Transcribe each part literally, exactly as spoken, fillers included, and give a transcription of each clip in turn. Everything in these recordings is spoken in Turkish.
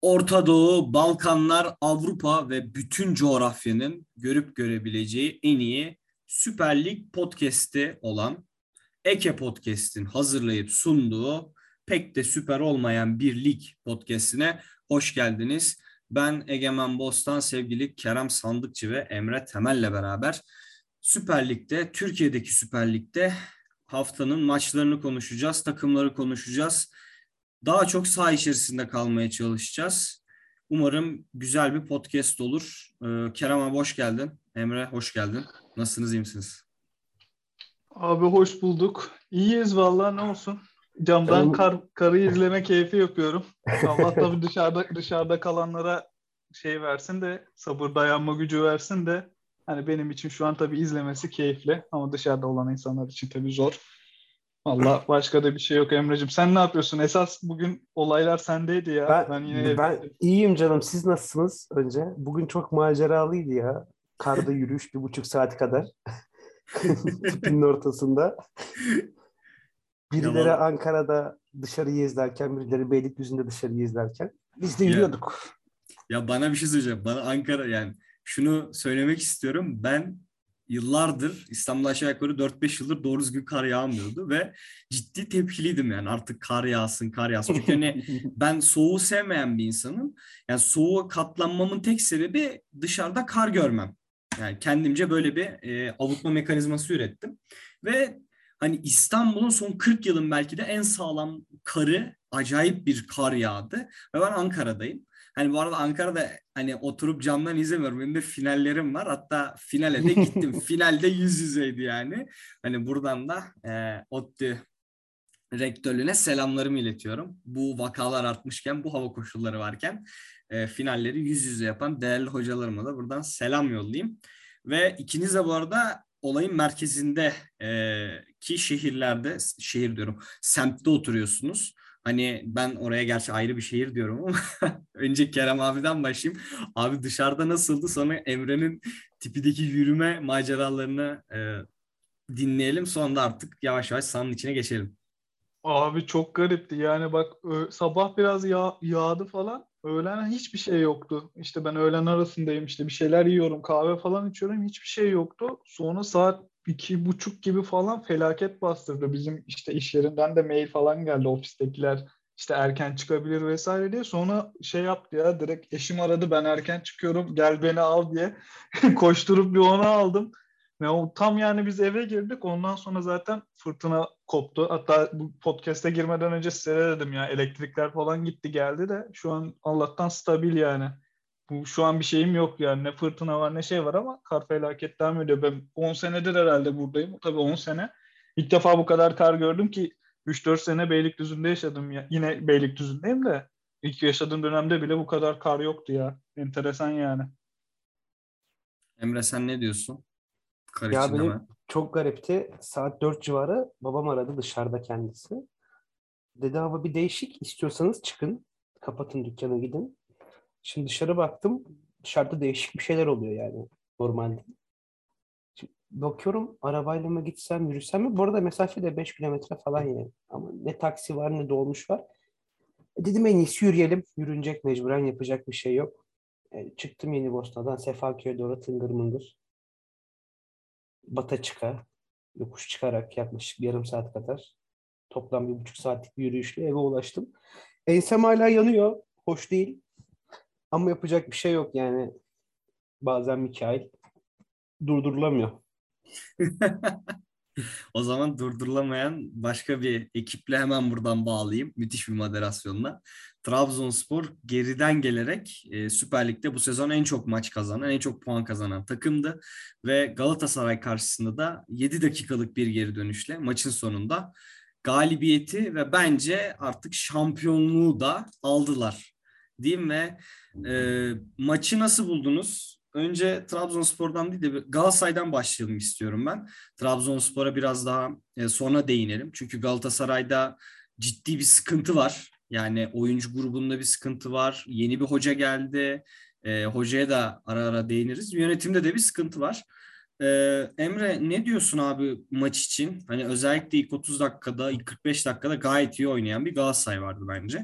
Orta Doğu, Balkanlar, Avrupa ve bütün coğrafyanın görüp görebileceği en iyi Süper Lig podcast'i olan Eke Podcast'in hazırlayıp sunduğu pek de süper olmayan bir lig podcast'ine hoş geldiniz. Ben Egemen Bostan, sevgili Kerem Sandıkçı ve Emre Temel'le beraber Süper Lig'de, Türkiye'deki Süper Lig'de haftanın maçlarını konuşacağız, takımları konuşacağız. Daha çok saha içerisinde kalmaya çalışacağız. Umarım güzel bir podcast olur. Ee, Kerem abi hoş geldin. Emre hoş geldin. Nasılsınız, iyi misiniz? Abi hoş bulduk. İyiyiz vallahi ne olsun. Camdan Canım, kar, karı izleme keyfi yapıyorum. Allah tabii dışarıda dışarıda kalanlara şey versin de sabır dayanma gücü versin de hani benim için şu an tabii izlemesi keyifli ama dışarıda olan insanlar için tabii zor. Allah başka da bir şey yok Emre'cim. Sen ne yapıyorsun? Esas bugün olaylar sendeydi ya. ben Ben yine ben evdeydim. iyiyim canım. Siz nasılsınız önce? Bugün çok maceralıydı ya. Karda yürüyüş bir buçuk saat kadar. Tipinin ortasında. Ya, Birileri val- Ankara'da dışarıyı izlerken, birileri Beylikdüzü'nde dışarıyı izlerken. Biz de ya, yürüyorduk. ya bana bir şey söyleyeceğim. Bana Ankara yani şunu söylemek istiyorum. Ben yıllardır İstanbul'da aşağı yukarı dört beş yıldır doğru düzgün kar yağmıyordu ve ciddi tepkiliydim yani artık kar yağsın kar yağsın. Çünkü hani ben soğuğu sevmeyen bir insanım. Yani soğuğa katlanmamın tek sebebi dışarıda kar görmem. Yani kendimce böyle bir e, avutma mekanizması ürettim. Ve hani İstanbul'un son kırk yılın belki de en sağlam karı, acayip bir kar yağdı. Ve ben Ankara'dayım. Hani bu arada Ankara'da hani oturup camdan izlemiyorum. Benim de finallerim var. Hatta finale de gittim. Finalde yüz yüzeydi yani. Hani buradan da e, ODTÜ rektörlüğüne selamlarımı iletiyorum. Bu vakalar artmışken, bu hava koşulları varken e, finalleri yüz yüze yapan değerli hocalarıma da buradan selam yollayayım. Ve ikiniz de bu arada olayın merkezinde e, ki şehirlerde, şehir diyorum, semtte oturuyorsunuz. Hani ben oraya gerçi ayrı bir şehir diyorum ama önce Kerem abiden başlayayım. Abi dışarıda nasıldı? Sonra Emre'nin tipideki yürüme maceralarını e, dinleyelim. Sonra da artık yavaş yavaş sahanın içine geçelim. Abi çok garipti. Yani bak ö- sabah biraz yağ, yağdı falan. Öğlen hiçbir şey yoktu. İşte ben öğlen arasındayım işte bir şeyler yiyorum, kahve falan içiyorum. Hiçbir şey yoktu. Sonra saat iki buçuk gibi falan felaket bastırdı. Bizim işte iş yerinden de mail falan geldi ofistekiler. İşte erken çıkabilir vesaire diye. Sonra şey yaptı ya direkt eşim aradı ben erken çıkıyorum gel beni al diye. Koşturup bir onu aldım. Ve o tam yani biz eve girdik. Ondan sonra zaten fırtına koptu. Hatta bu podcast'e girmeden önce size de dedim ya elektrikler falan gitti geldi de şu an Allah'tan stabil yani. Bu şu an bir şeyim yok yani. Ne fırtına var ne şey var ama kar felaket devam ediyor. Ben on senedir herhalde buradayım. Tabii on sene. İlk defa bu kadar kar gördüm ki üç dört sene Beylikdüzü'nde yaşadım ya. Yine Beylikdüzü'ndeyim de ilk yaşadığım dönemde bile bu kadar kar yoktu ya. Enteresan yani. Emre sen ne diyorsun? Kar Ya için hemen. benim çok garipti. Saat dört civarı babam aradı dışarıda kendisi. Dedi hava bir değişik. İstiyorsanız çıkın. Kapatın dükkanı gidin. Şimdi dışarı baktım. Dışarıda değişik bir şeyler oluyor yani. Normalde. Şimdi bakıyorum arabayla mı gitsem yürüsem mi? Bu arada mesafe de beş kilometre falan yani. Ama ne taksi var ne dolmuş var. E dedim en iyisi yürüyelim. Yürünecek mecburen yapacak bir şey yok. E, çıktım Yeni Sefaköy'e doğru tıngır mıngır. Bata çıka. Yokuş çıkarak yaklaşık bir yarım saat kadar. Toplam bir buçuk saatlik bir yürüyüşle eve ulaştım. Ensem hala yanıyor. Hoş değil. Ama yapacak bir şey yok yani. Bazen Mikail durdurulamıyor. O zaman durdurulamayan başka bir ekiple hemen buradan bağlayayım. Müthiş bir moderasyonla. Trabzonspor geriden gelerek e, Süper Lig'de bu sezon en çok maç kazanan, en çok puan kazanan takımdı. Ve Galatasaray karşısında da yedi dakikalık bir geri dönüşle maçın sonunda galibiyeti ve bence artık şampiyonluğu da aldılar. Diyeyim ve e, maçı nasıl buldunuz? Önce Trabzonspor'dan değil de Galatasaray'dan başlayalım istiyorum ben. Trabzonspor'a biraz daha e, sonra değinelim. Çünkü Galatasaray'da ciddi bir sıkıntı var. Yani oyuncu grubunda bir sıkıntı var. Yeni bir hoca geldi. E, hocaya da ara ara değiniriz. Yönetimde de bir sıkıntı var. E, Emre ne diyorsun abi maç için? Hani özellikle ilk otuz dakikada, ilk kırk beş dakikada gayet iyi oynayan bir Galatasaray vardı bence.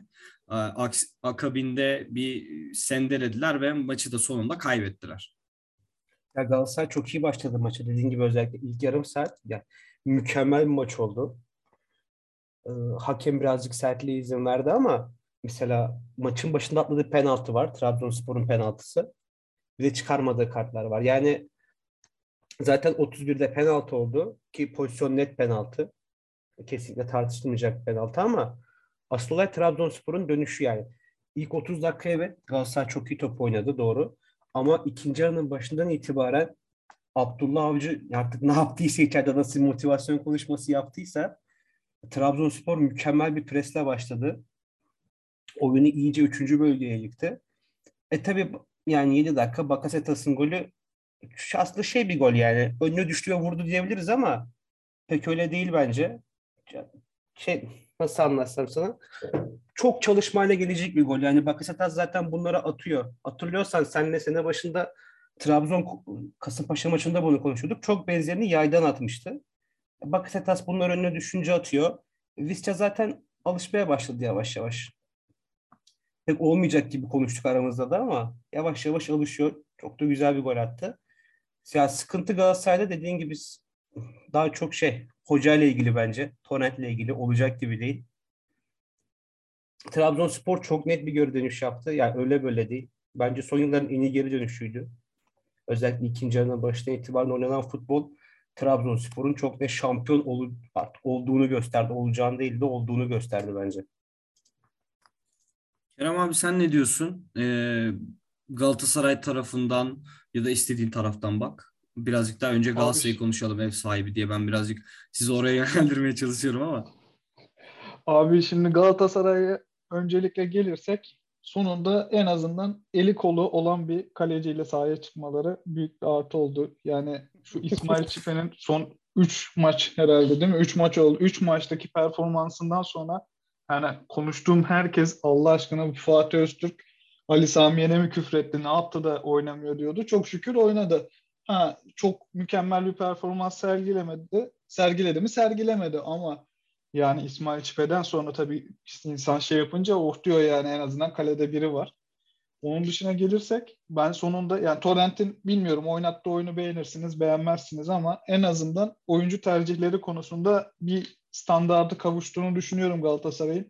Aks- Akabinde bir sendelediler ve maçı da sonunda kaybettiler. Ya Galatasaray çok iyi başladı maça. Dediğin gibi özellikle ilk yarım saat ya mükemmel bir maç oldu. Ee, hakem birazcık sertliğe izin verdi ama mesela maçın başında atladığı penaltı var. Trabzonspor'un penaltısı. Bir de çıkarmadığı kartlar var. Yani zaten otuz birde penaltı oldu ki pozisyon net penaltı. Kesinlikle tartışılmayacak penaltı ama asıl olay Trabzonspor'un dönüşü yani. İlk otuz dakika evet Galatasaray çok iyi top oynadı doğru. Ama ikinci yarının başından itibaren Abdullah Avcı artık ne yaptıysa içeride nasıl bir motivasyon konuşması yaptıysa Trabzonspor mükemmel bir presle başladı. Oyunu iyice üçüncü bölgeye yıktı. E tabi yani yedi dakika Bakasetas'ın golü aslında şey bir gol yani. Önüne düştü ve vurdu diyebiliriz ama pek öyle değil bence. Şey nasıl anlatsam sana? Çok çalışmayla gelecek bir gol. Yani Bakasetas zaten bunları atıyor. Hatırlıyorsan senle sene başında Trabzon Kasımpaşa maçında bunu konuşuyorduk. Çok benzerini yaydan atmıştı. Bakasetas bunlar önüne düşünce atıyor. Visca zaten alışmaya başladı yavaş yavaş. Pek olmayacak gibi konuştuk aramızda da ama yavaş yavaş alışıyor. Çok da güzel bir gol attı. Ya sıkıntı Galatasaray'da dediğin gibi daha çok şey hoca ile ilgili bence. Torrent'le ilgili olacak gibi değil. Trabzonspor çok net bir geri dönüş yaptı. Yani öyle böyle değil. Bence son yılların en iyi geri dönüşüydü. Özellikle ikinci yarının başına itibaren oynanan futbol Trabzonspor'un çok net şampiyon ol, olduğunu gösterdi. Olacağını değil de olduğunu gösterdi bence. Kerem abi sen ne diyorsun? Ee, Galatasaray tarafından ya da istediğin taraftan bak. Birazcık daha önce Abi Galatasaray'ı konuşalım ev sahibi diye ben birazcık sizi oraya yönlendirmeye çalışıyorum ama. Abi şimdi Galatasaray'a öncelikle gelirsek sonunda en azından eli kolu olan bir kaleciyle sahaya çıkmaları büyük bir artı oldu. Yani şu İsmail Çipe'nin son üç maç herhalde değil mi? Üç maç oldu. Üç maçtaki performansından sonra yani konuştuğum herkes Allah aşkına bu Fatih Öztürk Ali Sami Yen'e mi küfretti ne yaptı da oynamıyor diyordu. Çok şükür oynadı. Ha, çok mükemmel bir performans sergilemedi. Sergiledi mi? Sergilemedi ama yani İsmail Çipe'den sonra tabii insan şey yapınca oh diyor yani en azından kalede biri var. Onun dışına gelirsek ben sonunda yani Torrent'in bilmiyorum oynattığı oyunu beğenirsiniz beğenmezsiniz ama en azından oyuncu tercihleri konusunda bir standardı kavuştuğunu düşünüyorum Galatasaray'ın.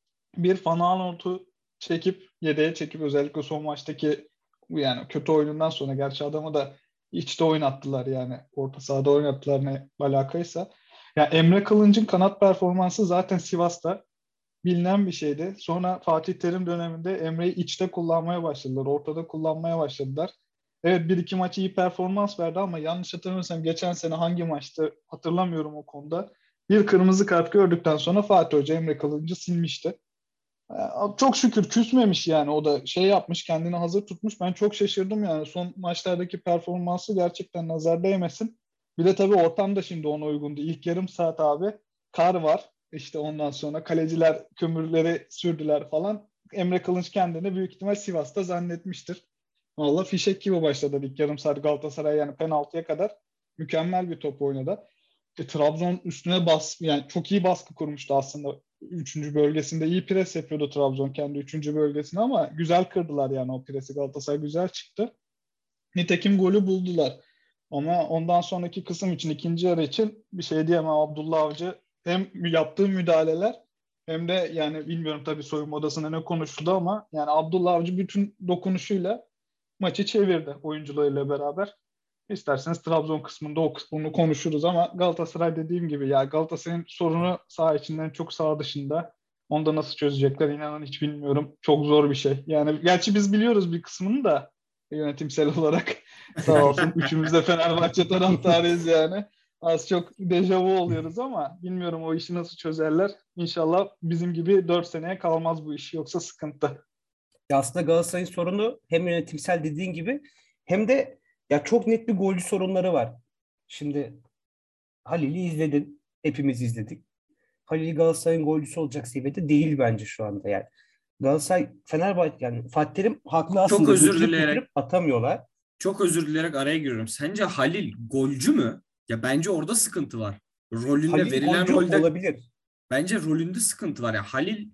Bir Van Aanholt'u çekip yedeğe çekip özellikle son maçtaki yani kötü oyunundan sonra gerçi adamı da içte oynattılar yani orta sahada oynattılar ne alakaysa. Ya Emre Kılınç'ın kanat performansı zaten Sivas'ta bilinen bir şeydi. Sonra Fatih Terim döneminde Emre'yi içte kullanmaya başladılar. Ortada kullanmaya başladılar. Evet bir iki maç iyi performans verdi ama yanlış hatırlamıyorsam geçen sene hangi maçtı hatırlamıyorum o konuda. Bir kırmızı kart gördükten sonra Fatih Hoca Emre Kılınç'ı silmişti. Ee, Çok şükür küsmemiş yani o da şey yapmış kendini hazır tutmuş. Ben çok şaşırdım yani son maçlardaki performansı gerçekten nazar değmesin. Bir de tabii ortam da şimdi ona uygundu. İlk yarım saat abi kar var. İşte ondan sonra kaleciler kömürleri sürdüler falan. Emre Kılınç kendini büyük ihtimal Sivas'ta zannetmiştir. Valla fişek gibi başladı ilk yarım saat Galatasaray yani penaltıya kadar mükemmel bir top oynadı. E, Trabzon üstüne bas yani çok iyi baskı kurmuştu aslında. Üçüncü bölgesinde iyi pres yapıyordu Trabzon kendi üçüncü bölgesinde ama güzel kırdılar yani o presi. Galatasaray güzel çıktı. Nitekim golü buldular. Ama ondan sonraki kısım için ikinci yarı için bir şey diyemem Abdullah Avcı hem yaptığı müdahaleler hem de yani bilmiyorum tabii soyunma odasında ne konuşuldu ama yani Abdullah Avcı bütün dokunuşuyla maçı çevirdi oyuncularıyla beraber. İsterseniz Trabzon kısmında o kısmını konuşuruz ama Galatasaray dediğim gibi ya Galatasaray'ın sorunu saha içinden çok saha dışında. Onu da nasıl çözecekler inanın hiç bilmiyorum. Çok zor bir şey. Yani gerçi biz biliyoruz bir kısmını da yönetimsel olarak sağ olsun. Üçümüz de Fenerbahçe taraftarıyız yani. Az çok dejavu oluyoruz ama bilmiyorum o işi nasıl çözerler. İnşallah bizim gibi dört seneye kalmaz bu iş yoksa sıkıntı. Ya aslında Galatasaray'ın sorunu hem yönetimsel dediğin gibi hem de ya çok net bir golcü sorunları var. Şimdi Halil'i izledin. Hepimiz izledik. Halil Galatasaray'ın golcüsü olacak seviyede değil bence şu anda yani. Galatasaray, Fenerbahçe yani Fatih Terim haklı Çok aslında özür götürüp dileyerek götürüp atamıyorlar. çok özür dileyerek araya giriyorum. Sence Halil golcü mü? Ya bence orada sıkıntı var. Rolünde Halil verilen golcü rolde olabilir. bence rolünde sıkıntı var. Ya Halil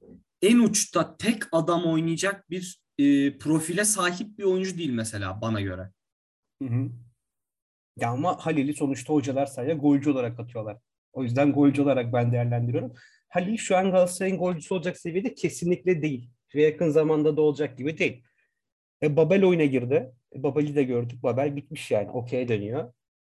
en uçta tek adam oynayacak bir e, profile sahip bir oyuncu değil mesela bana göre. Hı hı. Ya ama Halil'i sonuçta hocalar sahaya golcü olarak atıyorlar. O yüzden golcü olarak ben değerlendiriyorum. Halil şu an Galatasaray'ın golcüsü olacak seviyede kesinlikle değil. Ve yakın zamanda da olacak gibi değil. E, Babel oyuna girdi. E, Babel'i de gördük. Babel bitmiş yani. Okey dönüyor.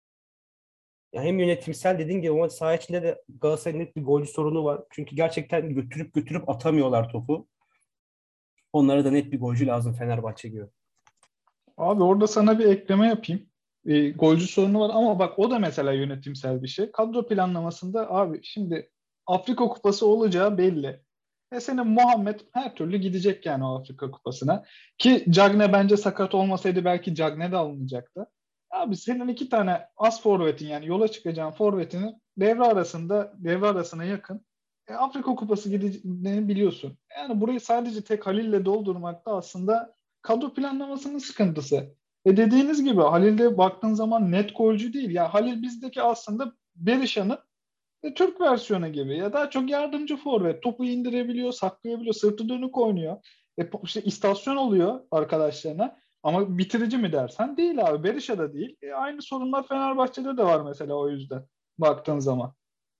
Ya hem yönetimsel dediğin gibi ama saha içinde de Galatasaray'ın net bir golcü sorunu var. Çünkü gerçekten götürüp götürüp atamıyorlar topu. Onlara da net bir golcü lazım Fenerbahçe gibi. Abi orada sana bir ekleme yapayım. E, golcü sorunu var ama bak o da mesela yönetimsel bir şey. Kadro planlamasında abi şimdi Afrika Kupası olacağı belli. E senin Muhammed her türlü gidecek yani o Afrika Kupası'na. Ki Cagne bence sakat olmasaydı belki Cagne de alınmayacaktı. Abi senin iki tane as forvetin yani yola çıkacağın forvetini devre arasında devre arasına yakın e, Afrika Kupası gideceğini biliyorsun. Yani burayı sadece tek Halil'le doldurmak da aslında kadro planlamasının sıkıntısı. E dediğiniz gibi Halil'de baktığın zaman net golcü değil. Ya Halil bizdeki aslında Berisha'nın e, Türk versiyonu gibi. Ya daha çok yardımcı forvet. Topu indirebiliyor, saklayabiliyor, sırtı dönük oynuyor. E, işte istasyon oluyor arkadaşlarına. Ama bitirici mi dersen değil abi. Berisha da değil. E, aynı sorunlar Fenerbahçe'de de var mesela o yüzden baktığın zaman.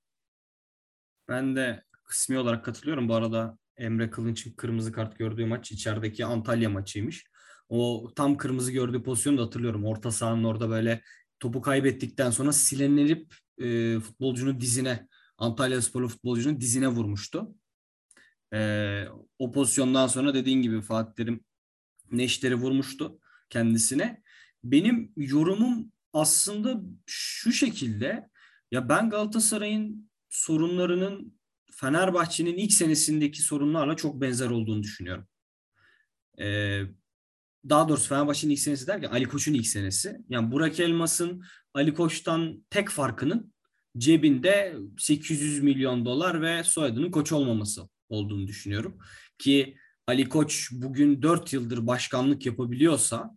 Ben de kısmi olarak katılıyorum. Bu arada Emre Kılınç'ın kırmızı kart gördüğü maç içerideki Antalya maçıymış. O tam kırmızı gördüğü pozisyonu da hatırlıyorum. Orta sahanın orada böyle topu kaybettikten sonra silenip e, futbolcunun dizine, Antalyasporlu futbolcunun dizine vurmuştu. E, O pozisyondan sonra dediğin gibi Fatih Terim neşteri vurmuştu kendisine. Benim yorumum aslında şu şekilde. Ya ben Galatasaray'ın sorunlarının Fenerbahçe'nin ilk senesindeki sorunlarla çok benzer olduğunu düşünüyorum. Ee, Daha doğrusu Fenerbahçe'nin ilk senesi derken Ali Koç'un ilk senesi. Yani Burak Elmas'ın Ali Koç'tan tek farkının cebinde sekiz yüz milyon dolar ve soyadının Koç olmaması olduğunu düşünüyorum. Ki Ali Koç bugün dört yıldır başkanlık yapabiliyorsa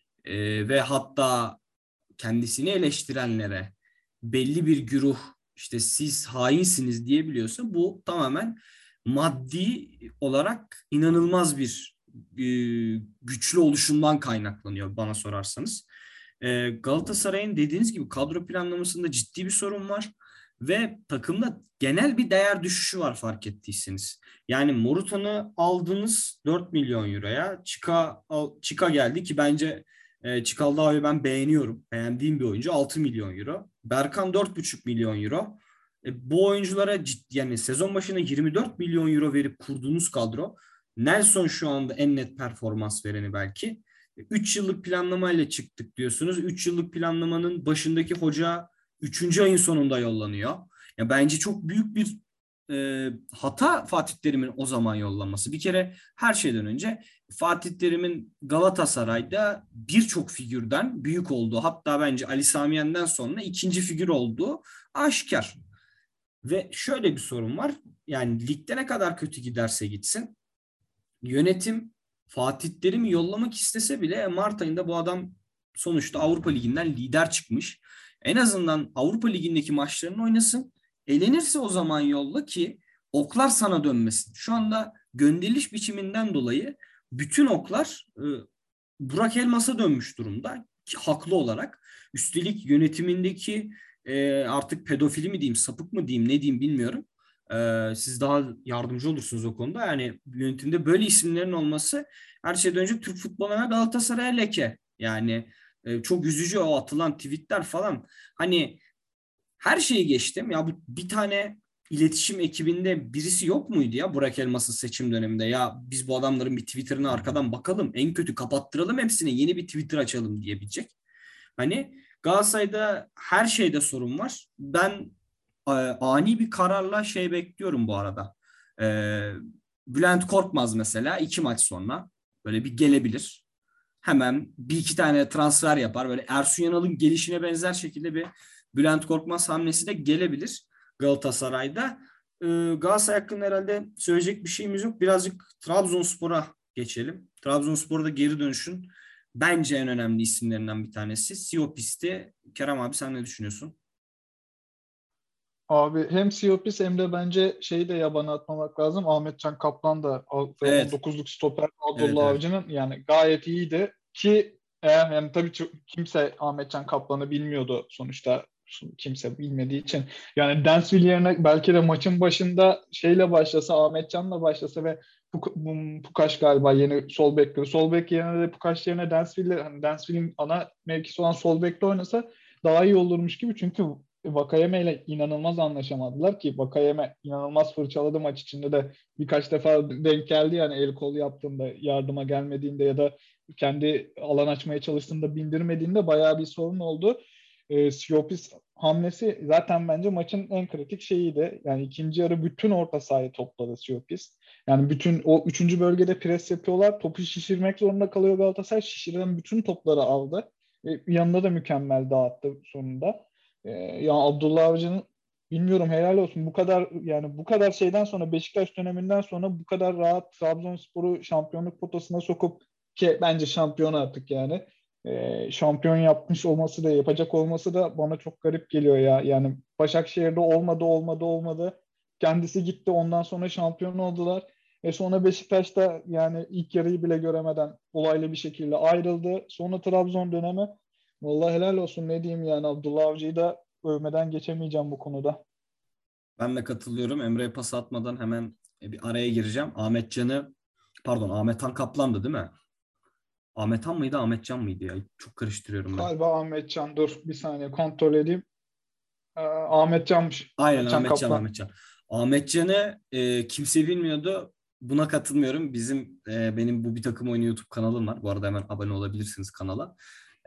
e, ve hatta kendisini eleştirenlere belli bir güruh işte siz hainsiniz diyebiliyorsa bu tamamen maddi olarak inanılmaz bir e, güçlü oluşundan kaynaklanıyor bana sorarsanız. E, Galatasaray'ın dediğiniz gibi kadro planlamasında ciddi bir sorun var ve takımda genel bir değer düşüşü var fark ettiyseniz. Yani Morutan'ı aldınız dört milyon euroya. Chica, Chica geldi ki bence e, Çikaldağ'ı ben beğeniyorum. Beğendiğim bir oyuncu altı milyon euro. Berkan dört buçuk milyon euro. E, bu oyunculara ciddi, yani sezon başına yirmi dört milyon euro verip kurduğunuz kadro. Nelson şu anda en net performans vereni belki. üç yıllık planlamayla çıktık diyorsunuz. üç yıllık planlamanın başındaki hoca üçüncü ayın sonunda yollanıyor. Ya bence çok büyük bir e, hata Fatih Terim'in o zaman yollaması. Bir kere her şeyden önce Fatih Terim'in Galatasaray'da birçok figürden büyük olduğu, hatta bence Ali Sami Yen'den sonra ikinci figür olduğu aşikar. Ve şöyle bir sorun var. Yani ligde ne kadar kötü giderse gitsin yönetim Fatih Terim'i yollamak istese bile Mart ayında bu adam sonuçta Avrupa Ligi'nden lider çıkmış. En azından Avrupa Ligi'ndeki maçlarını oynasın. Elenirse o zaman yolla ki oklar sana dönmesin. Şu anda gönderiliş biçiminden dolayı bütün oklar e, Burak Elmas'a dönmüş durumda. Ki, haklı olarak. Üstelik yönetimindeki e, artık pedofili mi diyeyim, sapık mı diyeyim, ne diyeyim bilmiyorum. Ee, siz daha yardımcı olursunuz o konuda. Yani yönetimde böyle isimlerin olması her şeyden önce Türk futboluna Galatasaray'a leke. Yani e, çok üzücü o atılan tweetler falan. Hani her şeyi geçtim. Ya bu bir tane iletişim ekibinde birisi yok muydu ya Burak Elmas'ın seçim döneminde? Ya biz bu adamların bir Twitter'ına arkadan bakalım. En kötü kapattıralım hepsine. Yeni bir Twitter açalım diyebilecek. Hani Galatasaray'da her şeyde sorun var. Ben e, ani bir kararla şey bekliyorum bu arada. E, Bülent Korkmaz mesela iki maç sonra böyle bir gelebilir. Hemen bir iki tane transfer yapar. Böyle Ersun Yanal'ın gelişine benzer şekilde bir Bülent Korkmaz hamlesi de gelebilir Galatasaray'da. E, Galatasaray hakkında herhalde söyleyecek bir şeyimiz yok. Birazcık Trabzonspor'a geçelim. Trabzonspor'da geri dönüşün bence en önemli isimlerinden bir tanesi. Siyopis'te. Kerem abi sen ne düşünüyorsun? Abi hem Siopis hem de bence şeyi de yabana atmamak lazım. Ahmetcan Kaplan da Evet. on dokuzluk stoper Evet, Abdullah evet. Avcı'nın yani gayet iyiydi ki eğer yani tabii çok- kimse Ahmetcan Kaplan'ı bilmiyordu sonuçta, kimse bilmediği için. Yani Dansville yerine belki de maçın başında şeyle başlasa, Ahmetcan'la başlasa ve Puk- bu- Pukaş galiba yeni sol bekleri. Sol bek yerine de Pukaş yerine Dansville, hani Dansville'in ana mevkisi olan sol bekte oynasa daha iyi olurmuş gibi. Çünkü Vakayeme ile inanılmaz anlaşamadılar ki Vakayeme inanılmaz fırçaladı maç içinde de, birkaç defa denk geldi yani, el kol yaptığında, yardıma gelmediğinde ya da kendi alan açmaya çalıştığında bindirmediğinde bayağı bir sorun oldu. E, Siopis hamlesi zaten bence maçın en kritik şeyiydi. Yani ikinci yarı bütün orta sahayı topladı Siopis. Yani bütün o üçüncü bölgede pres yapıyorlar. Topu şişirmek zorunda kalıyor Galatasaray. Şişirilen bütün topları aldı. E, yanında da mükemmel dağıttı sonunda. Ee, ya Abdullah Avcı'nın, bilmiyorum, helal olsun. Bu kadar yani bu kadar şeyden sonra, Beşiktaş döneminden sonra bu kadar rahat Trabzonspor'u şampiyonluk potasına sokup, ki bence şampiyon artık yani. Ee, şampiyon yapmış olması da, yapacak olması da bana çok garip geliyor ya. Yani Başakşehir'de olmadı olmadı olmadı. Kendisi gitti, ondan sonra şampiyon oldular. E sonra Beşiktaş'ta yani ilk yarıyı bile göremeden olaylı bir şekilde ayrıldı. Sonra Trabzon dönemi. Vallahi helal olsun, ne diyeyim yani, Abdullah Avcı'yı da övmeden geçemeyeceğim bu konuda. Ben de katılıyorum. Emre'ye pas atmadan hemen e, bir araya gireceğim. Ahmetcan'ı, pardon, Ahmethan Kaplan'dı değil mi? Ahmethan mıydı, Ahmetcan mıydı ya? Çok karıştırıyorum ben. Galiba Ahmetcan, dur bir saniye kontrol edeyim. Ee, Ahmetcan'mış. Aynen, Ahmetcan Ahmetcan, Kaplan. Ahmetcan. Ahmetcan'ı e, kimse bilmiyordu. Buna katılmıyorum. Bizim e, benim bu bir takım oyunu YouTube kanalım var. Bu arada hemen abone olabilirsiniz kanala.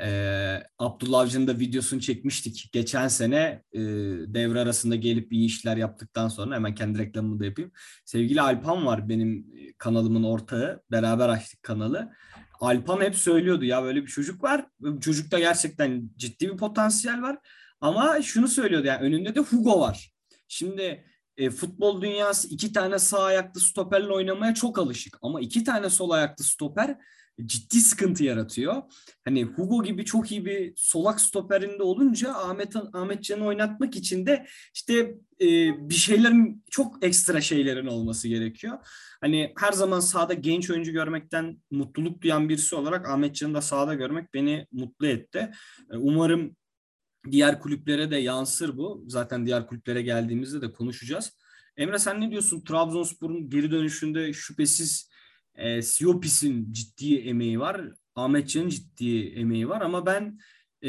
E, Abdullah Avcı'nın da videosunu çekmiştik. Geçen sene e, devre arasında gelip iyi işler yaptıktan sonra hemen kendi reklamımı da yapayım. Sevgili Alpan var, benim e, kanalımın ortağı. Beraber açtık kanalı. Alpan hep söylüyordu ya, böyle bir çocuk var. Bu çocukta gerçekten ciddi bir potansiyel var. Ama şunu söylüyordu, yani önünde de Hugo var. Şimdi e, futbol dünyası iki tane sağ ayaklı stoperle oynamaya çok alışık. Ama iki tane sol ayaklı stoper ciddi sıkıntı yaratıyor. Hani Hugo gibi çok iyi bir solak stoperinde olunca Ahmet Ahmetcan'ı oynatmak için de işte e, bir şeylerin, çok ekstra şeylerin olması gerekiyor. Hani her zaman sahada genç oyuncu görmekten mutluluk duyan birisi olarak Ahmetcan'ı da sahada görmek beni mutlu etti. E, umarım diğer kulüplere de yansır bu. Zaten diğer kulüplere geldiğimizde de konuşacağız. Emre, sen ne diyorsun? Trabzonspor'un geri dönüşünde şüphesiz e, Siopis'in ciddi emeği var. Ahmetcan'ın ciddi emeği var ama ben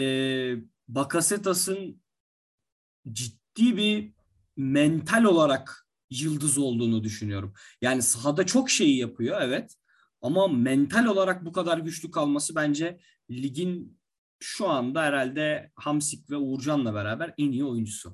e, Bakasetas'ın ciddi bir mental olarak yıldız olduğunu düşünüyorum. Yani sahada çok şeyi yapıyor, evet. Ama mental olarak bu kadar güçlü kalması bence ligin şu anda herhalde Hamsik ve Uğurcan'la beraber en iyi oyuncusu.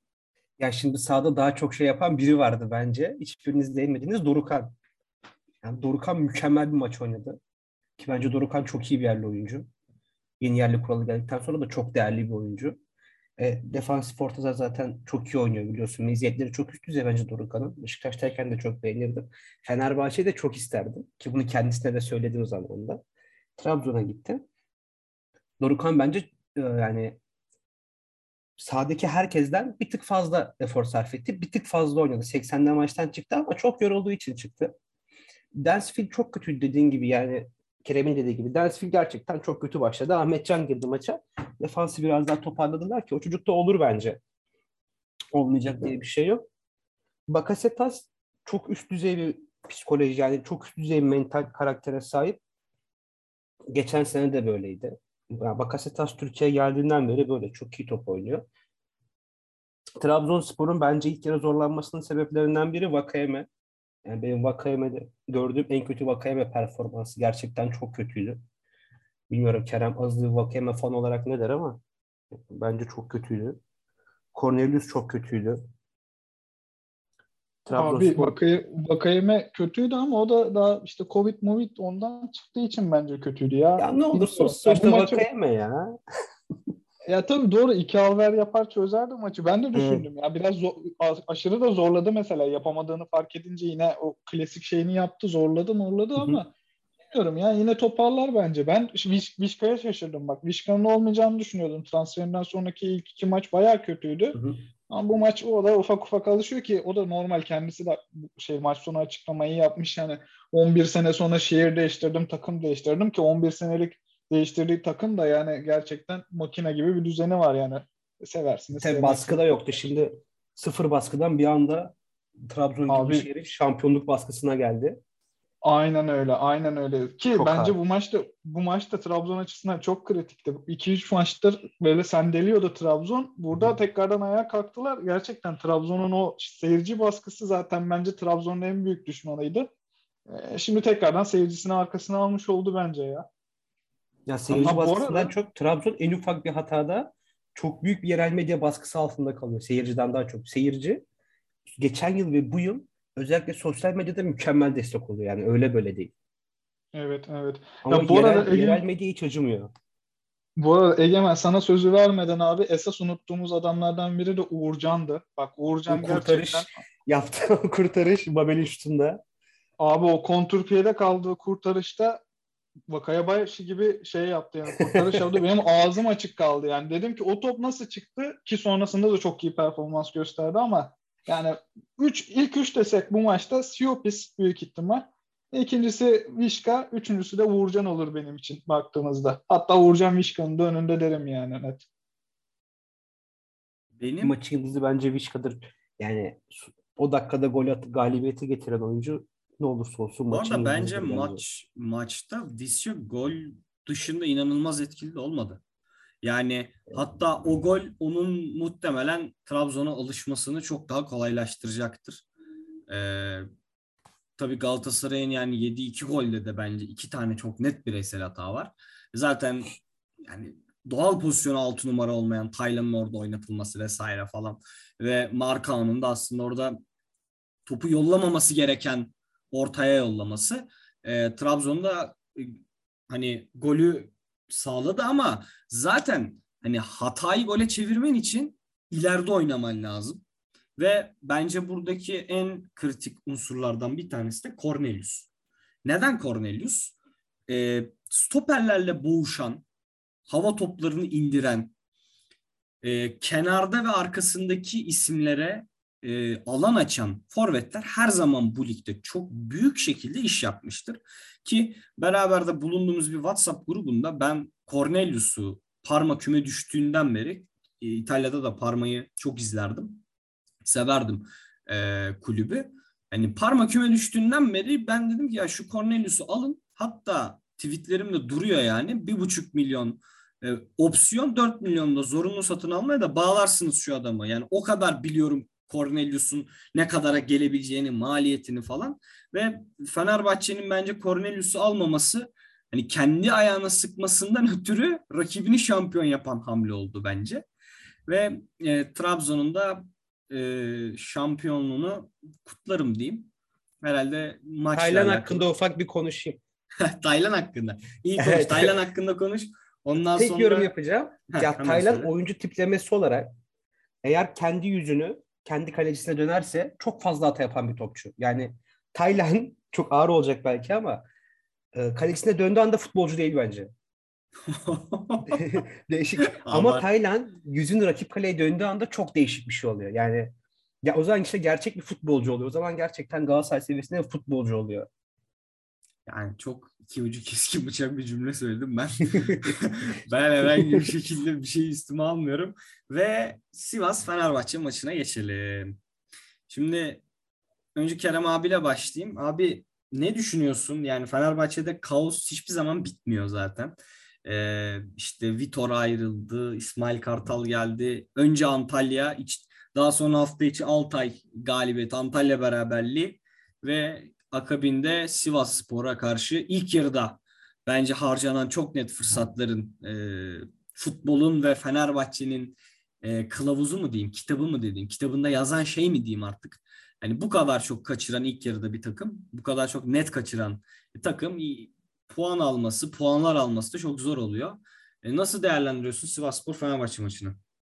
Ya şimdi sahada daha çok şey yapan biri vardı bence. Hiçbiriniz değinmediğiniz Dorukhan. Yani Dorukhan mükemmel bir maç oynadı. Ki bence Dorukhan çok iyi bir yerli oyuncu. Yeni yerli kuralı geldikten sonra da çok değerli bir oyuncu. E, defansif ortada zaten çok iyi oynuyor biliyorsun. Meziyetleri çok üst düzey bence Dorukhan'ın. Beşiktaş'tayken de çok beğenirdim. Fenerbahçe'yi de çok isterdim. Ki bunu kendisine de söylediğim zamanında. Trabzon'a gitti. Dorukhan bence e, yani sahadaki herkesten bir tık fazla efor sarf etti. Bir tık fazla oynadı. seksende maçtan çıktı ama çok yorulduğu için çıktı. Dansfield çok kötü dediğin gibi yani Kerem'in dediği gibi. Dansfield gerçekten çok kötü başladı. Ahmetcan girdi maça. Defansı biraz daha toparladılar ki o çocukta olur bence. Olmayacak diye bir şey yok. Bakasetas çok üst düzey bir psikoloji yani çok üst düzey bir mental karaktere sahip. Geçen sene de böyleydi. Yani Bakasetas Türkiye'ye geldiğinden beri böyle çok iyi top oynuyor. Trabzonspor'un bence ilk yarı zorlanmasının sebeplerinden biri Vakayeme. Yani benim Vakayeme'de gördüğüm en kötü Vakayeme performansı. Gerçekten çok kötüydü. Bilmiyorum Kerem Azlı Vakayeme fan olarak ne der ama bence çok kötüydü. Cornelius çok kötüydü. Abi Trabzonspor Vakay Vakayeme kötüydü ama o da daha işte Covid Movid ondan çıktığı için bence kötüydü ya. ya ne olursa Bilmiyorum. olsun Ya bu sonuçta maçı, Vakayeme ya. ya tabii doğru, iki alver yapar çözerdi maçı. Ben de Hı, düşündüm ya, biraz zor- a- aşırı da zorladı mesela, yapamadığını fark edince yine o klasik şeyini yaptı, zorladı zorladı hı, hı, ama bilmiyorum ya, yine toparlar bence. Ben Viş- Vişka'ya şaşırdım bak. Vişka'nın olmayacağını düşünüyordum. Transferinden sonraki ilk iki maç bayağı kötüydü. hı. Ama bu maç o da ufak ufak alışıyor ki o da normal, kendisi de şey maç sonu açıklamayı yapmış yani on bir sene sonra şehir değiştirdim, takım değiştirdim ki on bir senelik değiştirdiği takım da yani gerçekten makine gibi bir düzeni var yani. Seversiniz, Tabii baskı sevmezsiniz. da yoktu. Şimdi sıfır baskıdan bir anda Trabzon gibi bir Abi şehrin şampiyonluk baskısına geldi. aynen öyle, aynen öyle. Ki Çok bence ağır. bu maçta bu maçta Trabzon açısından çok kritikti. iki üç maçtır böyle sendeliyordu Trabzon. Hı hı. Burada tekrardan ayağa kalktılar. Gerçekten Trabzon'un o seyirci baskısı zaten bence Trabzon'un en büyük düşmanıydı. Ee, şimdi tekrardan seyircisini arkasına almış oldu bence ya. Ya seyirci Ama bu baskısından arada çok Trabzon en ufak bir hatada çok büyük bir yerel medya baskısı altında kalıyor. Seyirciden daha çok. Seyirci geçen yıl ve bu yıl özellikle sosyal medyada mükemmel destek oluyor. Yani öyle böyle değil. evet, evet. Ama Ya bu arada yerel yerel Ege, medya hiç acımıyor. bu arada Egemen, sana sözü vermeden abi esas unuttuğumuz adamlardan biri de Uğurcan'dı. Bak O Uğurcan gerçekten kurtarış yaptığı o kurtarış Babel'in şutunda. abi o kontrpiyede kaldığı kurtarışta Vakayabashi gibi şey yaptı yani, kurtarış yaptı. Benim ağzım açık kaldı yani. Dedim ki o top nasıl çıktı ki sonrasında da çok iyi performans gösterdi ama yani üç ilk üç desek bu maçta Siopis büyük ihtimal. İkincisi Vişka, üçüncüsü de Uğurcan olur benim için baktığımızda. Hatta Uğurcan Vişka'nın da önünde derim yani net. Benim Maçın yıldızı bence Vişka'dır. Yani o dakikada gol at, galibiyeti getiren oyuncu ne olursa olsun bu maçın arada bence yıldızıdır bence. maç maçta Visca gol dışında inanılmaz etkili de olmadı. Yani hatta o gol onun muhtemelen Trabzon'a alışmasını çok daha kolaylaştıracaktır. Ee, tabii Galatasaray'ın yani yediği iki golde de bence iki tane çok net bireysel hata var. Zaten yani doğal pozisyonu altı numara olmayan Taylan'ın orada oynatılması vesaire falan ve Markao'nun da aslında orada topu yollamaması gereken ortaya yollaması e, Trabzon'da e, hani golü sağladı ama zaten hani hatayı gole çevirmen için ileride oynaman lazım. Ve bence buradaki en kritik unsurlardan bir tanesi de Cornelius. Neden Cornelius? E, stoperlerle boğuşan, hava toplarını indiren, e, kenarda ve arkasındaki isimlere e, alan açan forvetler her zaman bu ligde çok büyük şekilde iş yapmıştır. Ki beraber de bulunduğumuz bir WhatsApp grubunda ben Cornelius'u Parma küme düştüğünden beri e, İtalya'da da Parma'yı çok izlerdim. Severdim e, kulübü. Yani Parma küme düştüğünden beri ben dedim ki ya şu Cornelius'u alın. Hatta tweetlerim de duruyor yani. Bir buçuk milyon e, opsiyon, dört milyon da zorunlu satın almaya da bağlarsınız şu adamı. Yani o kadar biliyorum Cornelius'un ne kadara gelebileceğini, maliyetini falan. Ve Fenerbahçe'nin bence Cornelius'u almaması hani kendi ayağına sıkmasından ötürü rakibini şampiyon yapan hamle oldu bence. Ve e, Trabzon'un da e, şampiyonluğunu kutlarım diyeyim. Herhalde maçla Taylan hakkında alakalı. ufak bir konuşayım. Taylan hakkında. İyi konuş. Evet. Taylan hakkında konuş. Ondan Tek yorum sonra yapacağım. heh, Ya hemen Taylan söyle. oyuncu tiplemesi olarak eğer kendi yüzünü kendi kalecisine dönerse çok fazla hata yapan bir topçu. Yani Taylan çok ağır olacak belki ama e, kalesine döndüğü anda futbolcu değil bence. Değişik. Ama Abart. Taylan yüzünü rakip kaleye döndüğü anda çok değişik bir şey oluyor. Yani ya o zaman işte gerçek bir futbolcu oluyor. O zaman gerçekten Galatasaray seviyesinde bir futbolcu oluyor. Yani çok iki ucu keskin bıçak bir cümle söyledim ben. Ben herhangi bir şekilde bir şey üstüme almıyorum. Ve Sivas Fenerbahçe maçına geçelim. Şimdi önce Kerem abiyle başlayayım. Abi ne düşünüyorsun? Yani Fenerbahçe'de kaos hiçbir zaman bitmiyor zaten. Ee, işte Vitor ayrıldı, İsmail Kartal geldi. Önce Antalya, iç, daha sonra hafta içi Altay galibiyeti, Antalya beraberliği ve akabinde Sivasspor'a karşı ilk yarıda bence harcanan çok net fırsatların e, futbolun ve Fenerbahçe'nin e, kılavuzu mu diyeyim, kitabı mı diyeyim, kitabında yazan şey mi diyeyim artık. Yani bu kadar çok kaçıran ilk yarıda bir takım, bu kadar çok net kaçıran bir takım puan alması, puanlar alması da çok zor oluyor. E, nasıl değerlendiriyorsun Sivasspor Fenerbahçe maçını?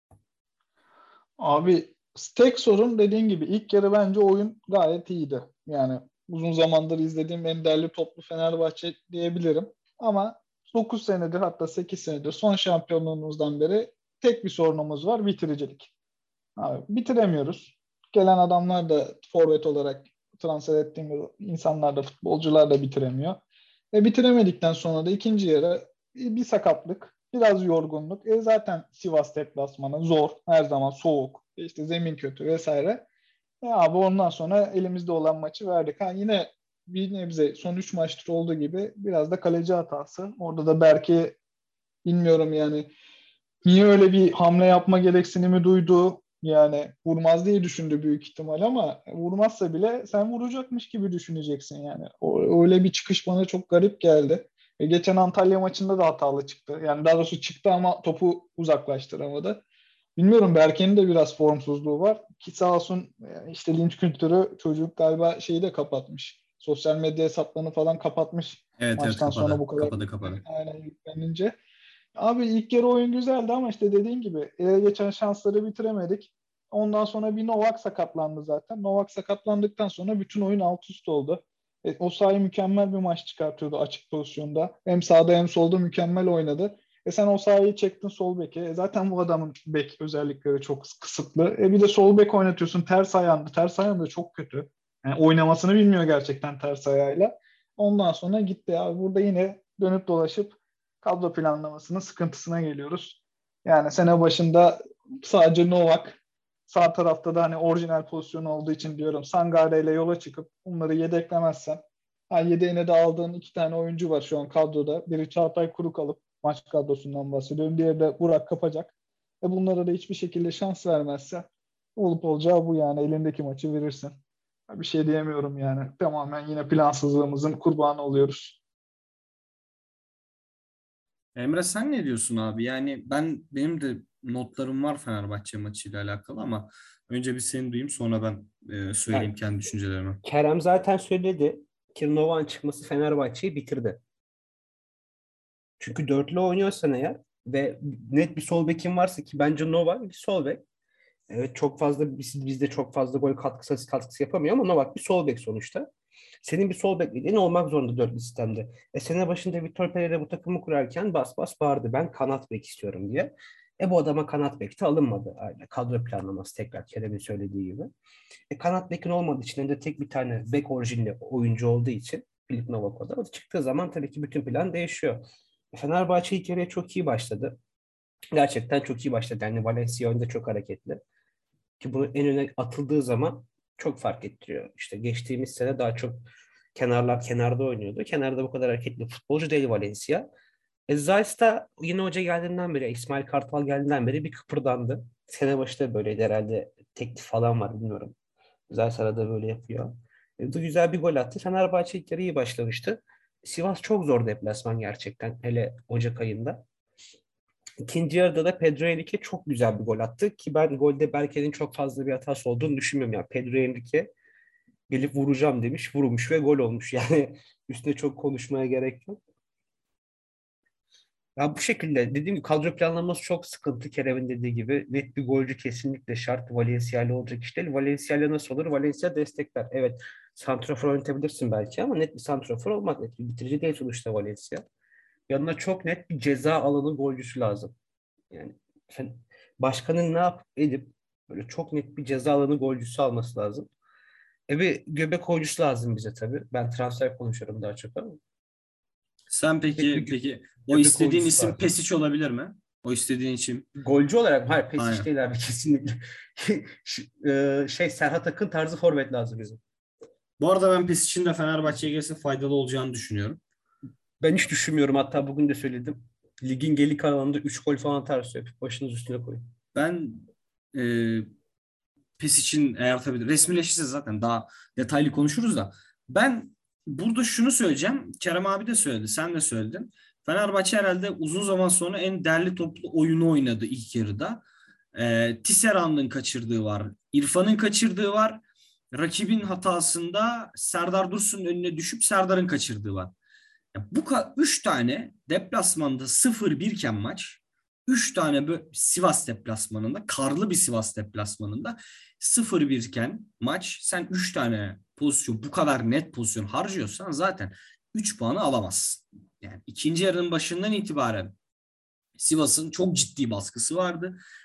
Abi tek sorun dediğin gibi ilk yarı bence oyun gayet iyiydi. Yani uzun zamandır izlediğim en değerli toplu Fenerbahçe diyebilirim. Ama dokuz senedir, hatta sekiz senedir son şampiyonluğumuzdan beri tek bir sorunumuz var: bitiricilik. Abi, bitiremiyoruz. Gelen adamlar da forvet olarak transfer ettiğimiz insanlar da futbolcular da bitiremiyor. E bitiremedikten sonra da ikinci yarı bir sakatlık, biraz yorgunluk. E zaten Sivas deplasmanı zor, her zaman soğuk, işte zemin kötü vesaire. E abi ondan sonra elimizde olan maçı verdik. Ha yine bir nebze son üç maçtır olduğu gibi biraz da kaleci hatası. Orada da belki bilmiyorum yani niye öyle bir hamle yapma gereksinimi duydu? Yani vurmaz diye düşündü büyük ihtimal ama vurmazsa bile sen vuracakmış gibi düşüneceksin yani. O, öyle bir çıkış bana çok garip geldi. E, geçen Antalya maçında da hatalı çıktı. Yani daha doğrusu çıktı ama topu uzaklaştıramadı. Bilmiyorum Berke'nin de biraz formsuzluğu var. Ki sağ olsun e, işte linç kültürü çocuk galiba şeyi de kapatmış. Sosyal medya hesaplarını falan kapatmış. Evet evet Maçtan sonra kapadı. bu kadar Kapadı kapadı. aynen yüklenince. Abi ilk yarı oyun güzeldi ama işte dediğin gibi ele geçen şansları bitiremedik. Ondan sonra bir Novak sakatlandı zaten. Novak sakatlandıktan sonra bütün oyun alt üst oldu. E, o sahi mükemmel bir maç çıkartıyordu açık pozisyonda. Hem sağda hem solda mükemmel oynadı. E sen o sahayı çektin sol beke. E zaten bu adamın bek özellikleri çok kısıtlı. E bir de sol bek oynatıyorsun ters ayağında. Ters ayağında çok kötü. Yani oynamasını bilmiyor gerçekten ters ayağıyla. Ondan sonra gitti abi. Burada yine dönüp dolaşıp kadro planlamasının sıkıntısına geliyoruz. Yani sene başında sadece Novak, sağ tarafta da hani orijinal pozisyon olduğu için diyorum Sangare ile yola çıkıp bunları yedeklemezsen, ha yedeğine de aldığın iki tane oyuncu var şu an kadroda. Biri Çağatay Kurukalıp maç kadrosundan bahsediyorum. Diğeri de Burak Kapacak. Ve bunlara da hiçbir şekilde şans vermezse olup olacağı bu yani elindeki maçı verirsin. Bir şey diyemiyorum yani. Tamamen yine plansızlığımızın kurbanı oluyoruz. Emre sen ne diyorsun abi? Yani ben benim de notlarım var Fenerbahçe maçıyla alakalı ama önce bir seni duyayım sonra ben e, Yani söyleyeyim kendi düşüncelerimi. Kerem zaten söyledi. Kirnova'nın çıkması Fenerbahçe'yi bitirdi. Çünkü dörtlü oynuyorsan eğer ve net bir sol bekin varsa ki bence Novak bir sol bek. Evet çok fazla biz, bizde çok fazla gol katkısı katkısı yapamıyor ama Novak bir sol bek sonuçta. Senin bir sol beklediğin olmak zorunda dörtlü sistemde. E sene başında Vitor Pereira bu takımı kurarken bas bas bağırdı ben kanat bek istiyorum diye. E bu adama kanat bek de alınmadı. Aynen. Kadro planlaması tekrar Kerem'in söylediği gibi. E, kanat bekin olmadığı için de tek bir tane bek orijinli oyuncu olduğu için Filip Novako'da. O da çıktığı zaman tabii ki bütün plan değişiyor. E, Fenerbahçe ilk yarıya çok iyi başladı. Gerçekten çok iyi başladı. Yani Valencia önde çok hareketli. Ki bunu en öne atıldığı zaman çok fark ettiriyor. İşte geçtiğimiz sene daha çok kenarlar kenarda oynuyordu. Kenarda bu kadar hareketli futbolcu değil Valencia. E, Zeiss da yeni hoca geldiğinden beri, İsmail Kartal geldiğinden beri bir kıpırdandı. Sene başı da böyleydi herhalde. Teklif falan var bilmiyorum. Zeiss arada böyle yapıyor. E, bu güzel bir gol attı. Fenerbahçe ilk yarı iyi başlamıştı. Sivas çok zor deplasman gerçekten. Hele Ocak ayında. İkinci yarıda da Pedro Henrique çok güzel bir gol attı ki ben golde Berke'nin çok fazla bir hatası olduğunu düşünmüyorum. Yani Pedro Henrique gelip vuracağım demiş, vurmuş ve gol olmuş. Yani üstüne çok konuşmaya gerek yok. Ya bu şekilde dediğim gibi kadro planlaması çok sıkıntı. Kerem'in dediği gibi net bir golcü kesinlikle şart. Valencia ile olacak iş değil. Valencia ile nasıl olur? Valencia destekler. Evet santrafor oynatabilirsin belki ama net bir santrafor olmaz. Net bir bitirici değil sonuçta Valencia. Yanına çok net bir ceza alanı golcüsü lazım. Yani sen, başkanın ne yapıp edip böyle çok net bir ceza alanı golcüsü alması lazım. E bir göbek oyuncusu lazım bize tabii. Ben transfer konuşuyorum daha çok ama. Sen Net bir peki gö- peki o göbek istediğin oyuncusu isim lazım. Pesic olabilir mi? O istediğin isim. Golcü olarak hayır Pesic Aynen. değil abi kesinlikle. Ş- e, şey Serhat Akın tarzı forvet lazım bizim. Bu arada ben Pesic'in de Fenerbahçe'ye gelse faydalı olacağını düşünüyorum. Ben hiç düşünmüyorum hatta bugün de söyledim. Ligin geri kalanında üç gol falan atarsa yapıp başınız üstüne koyun. Ben e, Pesic'in eğer tabii resmileşirse zaten daha detaylı konuşuruz da ben burada şunu söyleyeceğim. Kerem abi de söyledi, sen de söyledin. Fenerbahçe herhalde uzun zaman sonra en derli toplu oyunu oynadı ilk yarıda. E, Tisserand'ın kaçırdığı var, İrfan'ın kaçırdığı var. Rakibin hatasında Serdar Dursun'un önüne düşüp Serdar'ın kaçırdığı var. Ya bu ka- üç tane deplasmanda sıfır bir iken maç, üç tane böyle Sivas deplasmanında, karlı bir Sivas deplasmanında sıfır bir iken maç, sen üç tane pozisyon, bu kadar net pozisyon harcıyorsan zaten üç puanı alamazsın. Yani ikinci yarının başından itibaren Sivas'ın çok ciddi baskısı vardı.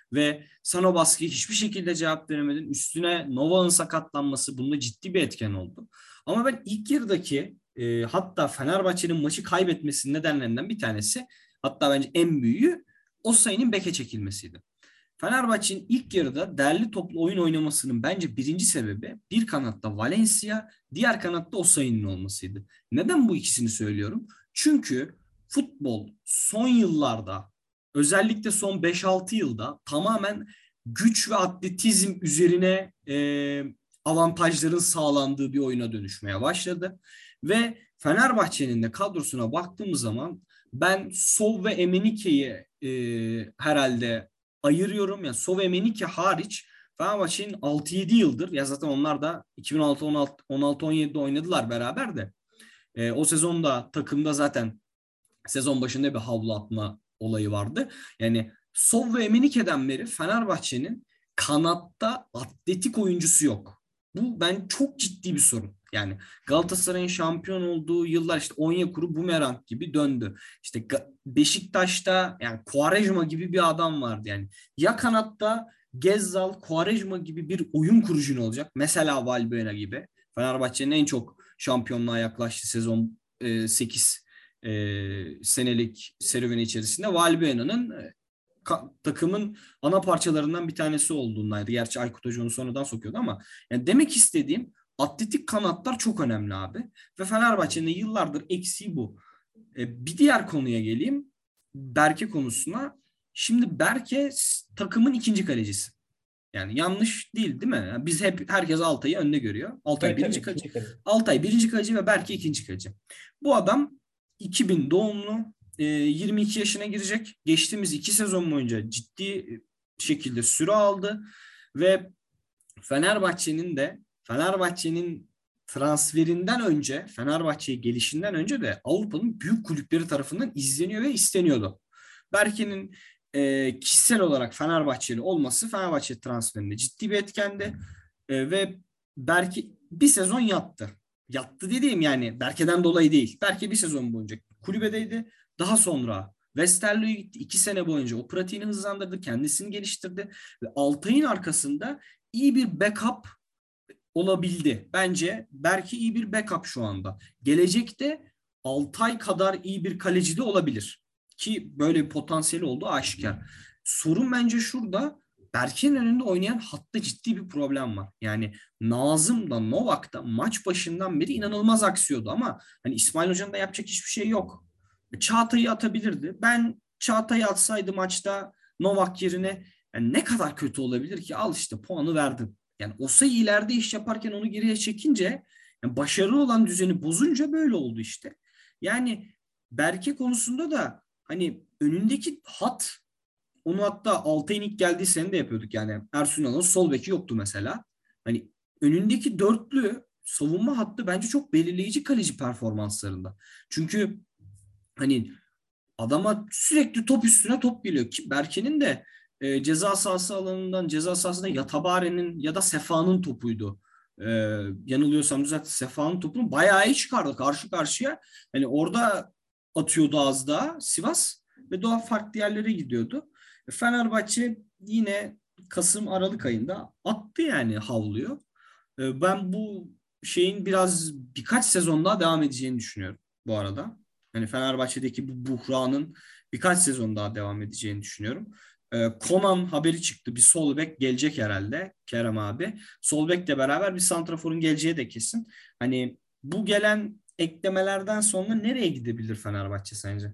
Ve sen o baskıya hiçbir şekilde cevap veremedin. Üstüne Novak'ın sakatlanması bunda ciddi bir etken oldu. Ama ben ilk yarıdaki e, hatta Fenerbahçe'nin maçı kaybetmesinin nedenlerinden bir tanesi, hatta bence en büyüğü Osayi'nin beke çekilmesiydi. Fenerbahçe'nin ilk yarıda derli toplu oyun oynamasının bence birinci sebebi bir kanatta Valencia, diğer kanatta Osayi'nin olmasıydı. Neden bu ikisini söylüyorum? Çünkü futbol son yıllarda, özellikle son beş altı yılda tamamen güç ve atletizm üzerine e, avantajların sağlandığı bir oyuna dönüşmeye başladı. Ve Fenerbahçe'nin de kadrosuna baktığımız zaman ben Sov ve Emenike'yi e, herhalde ayırıyorum. Yani Sov ve Emenike hariç Fenerbahçe'nin altı yedi yıldır, ya zaten onlar da iki bin on altı on altı on yedide oynadılar beraber de. E, o sezonda takımda zaten sezon başında bir havlu atma olayı vardı. Yani Sov ve Emenike'den beri Fenerbahçe'nin kanatta atletik oyuncusu yok. Bu ben çok ciddi bir sorun. Yani Galatasaray'ın şampiyon olduğu yıllar işte Onyekuru bumerang gibi döndü. İşte Beşiktaş'ta yani Quaresma gibi bir adam vardı yani. Ya kanatta Gezzal, Quaresma gibi bir oyun kurucun olacak. Mesela Valbuena gibi. Fenerbahçe'nin en çok şampiyonluğa yaklaştığı sezon e, sekiz e, senelik serüveni içerisinde Valbuena'nın e, ka- takımın ana parçalarından bir tanesi olduğundaydı. Gerçi Aykut Hoca onu sonradan sokuyordu ama yani demek istediğim atletik kanatlar çok önemli abi. Ve Fenerbahçe'nin yıllardır eksiği bu. E, bir diğer konuya geleyim. Berke konusuna. Şimdi Berke takımın ikinci kalecisi. Yani yanlış değil değil mi? Yani biz hep herkes Altay'ı önde görüyor. Altay Evet, birinci tabii, kaleci. ikinci kere. Altay birinci kaleci ve Berke ikinci kaleci. Bu adam iki bin doğumlu, e, yirmi iki yaşına girecek. Geçtiğimiz iki sezon boyunca ciddi şekilde süre aldı ve Fenerbahçe'nin de Fenerbahçe'nin transferinden önce, Fenerbahçe'ye gelişinden önce de Avrupa'nın büyük kulüpleri tarafından izleniyor ve isteniyordu. Berke'nin e, kişisel olarak Fenerbahçeli olması Fenerbahçe transferinde ciddi bir etkendi. E, ve Berke bir sezon yattı. Yattı dediğim yani Berke'den dolayı değil. Berke bir sezon boyunca kulübedeydi. Daha sonra Westerlo'ya gitti. İki sene boyunca o pratiğini hızlandırdı. Kendisini geliştirdi. Ve Altay'ın arkasında iyi bir backup olabildi. Bence Berke iyi bir backup şu anda. Gelecekte Altay kadar iyi bir kaleci de olabilir. Ki böyle bir potansiyeli olduğu aşikar. Sorun bence şurada. Berke'nin önünde oynayan hatta ciddi bir problem var. Yani Nazım da Novak da maç başından beri inanılmaz aksıyordu ama hani İsmail Hoca'nın da yapacak hiçbir şey yok. Çağatay'ı atabilirdi. Ben Çağatay'ı atsaydı maçta Novak yerine yani ne kadar kötü olabilir ki? Al işte puanı verdin. Yani Osayi ileride iş yaparken onu geriye çekince yani başarılı olan düzeni bozunca böyle oldu işte. Yani Berke konusunda da hani önündeki hat, onu hatta Altay'ın ilk geldiği sene de yapıyorduk yani. Ersun Yanal'ın sol beki yoktu mesela. Hani önündeki dörtlü savunma hattı bence çok belirleyici kaleci performanslarında. Çünkü hani adama sürekli top üstüne top geliyor ki Berke'nin de e, ceza sahası alanından ceza sahasında ya Tabare'nin ya da Sefa'nın topuydu. E, yanılıyorsam düzelt, Sefa'nın topunu bayağı iyi çıkardı karşı karşıya. Hani orada atıyordu az daha Sivas ve doğal farklı yerlere gidiyordu. E, Fenerbahçe yine Kasım Aralık ayında attı yani havluyu. E, ben bu şeyin biraz birkaç sezon daha devam edeceğini düşünüyorum bu arada. Hani Fenerbahçe'deki bu buhranın birkaç sezon daha devam edeceğini düşünüyorum. Ee, Konan haberi çıktı. Bir sol bek gelecek herhalde Kerem abi. Sol bekle beraber bir santraforun geleceği de kesin. Hani bu gelen eklemelerden sonra nereye gidebilir Fenerbahçe sence?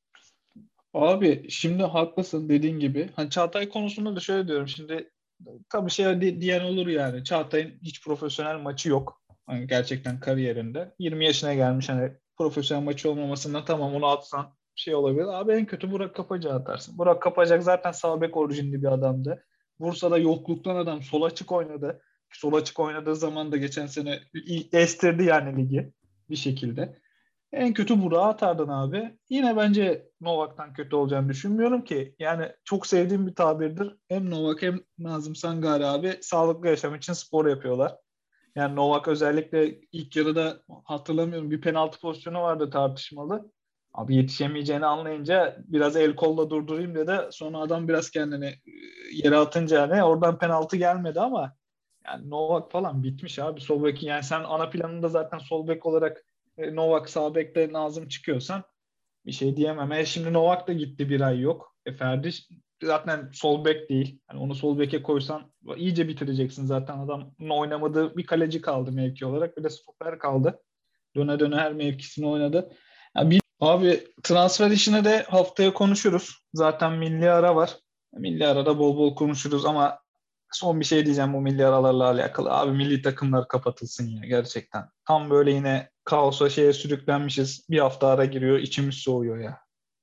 Abi şimdi haklısın dediğin gibi. Hani Çağatay konusunda da şöyle diyorum. Şimdi tabii şey di- diyen olur yani. Çağatay'ın hiç profesyonel maçı yok. Hani gerçekten kariyerinde. yirmi yaşına gelmiş hani profesyonel maçı olmamasından tamam onu atsan şey olabilir. Abi en kötü Burak Kapacı atarsın. Burak Kapacak zaten sağ bek orijinli bir adamdı. Bursa'da yokluktan adam sol açık oynadı. Sol açık oynadığı zaman da geçen sene i- estirdi yani ligi bir şekilde. En kötü Burak'ı atardın abi. Yine bence Novak'tan kötü olacağını düşünmüyorum ki. Yani çok sevdiğim bir tabirdir. Hem Novak hem Nazım Sangare abi sağlıklı yaşam için spor yapıyorlar. Yani Novak özellikle ilk yarıda hatırlamıyorum bir penaltı pozisyonu vardı tartışmalı. Abi yetişemeyeceğini anlayınca biraz el kolla durdurayım dedi. Sonra adam biraz kendini e, yere atınca hani oradan penaltı gelmedi ama yani Novak falan bitmiş abi. Sol bek, yani sen ana planında zaten sol bek olarak e, Novak, sağ bekte Nazım çıkıyorsan bir şey diyemem. E şimdi Novak da gitti, bir ay yok. E Ferdi zaten sol bek değil. Yani onu sol beke koysan iyice bitireceksin zaten. Adamın oynamadığı bir kaleci kaldı mevki olarak. Bir de stoper kaldı. Döne döne her mevkisini oynadı. Ya bir, abi transfer işine de haftaya konuşuruz. Zaten milli ara var. Milli arada bol bol konuşuruz ama son bir şey diyeceğim bu milli aralarla alakalı. Abi milli takımlar kapatılsın ya gerçekten. Tam böyle yine kaosa, şeye sürüklenmişiz. Bir hafta ara giriyor, içimiz soğuyor ya.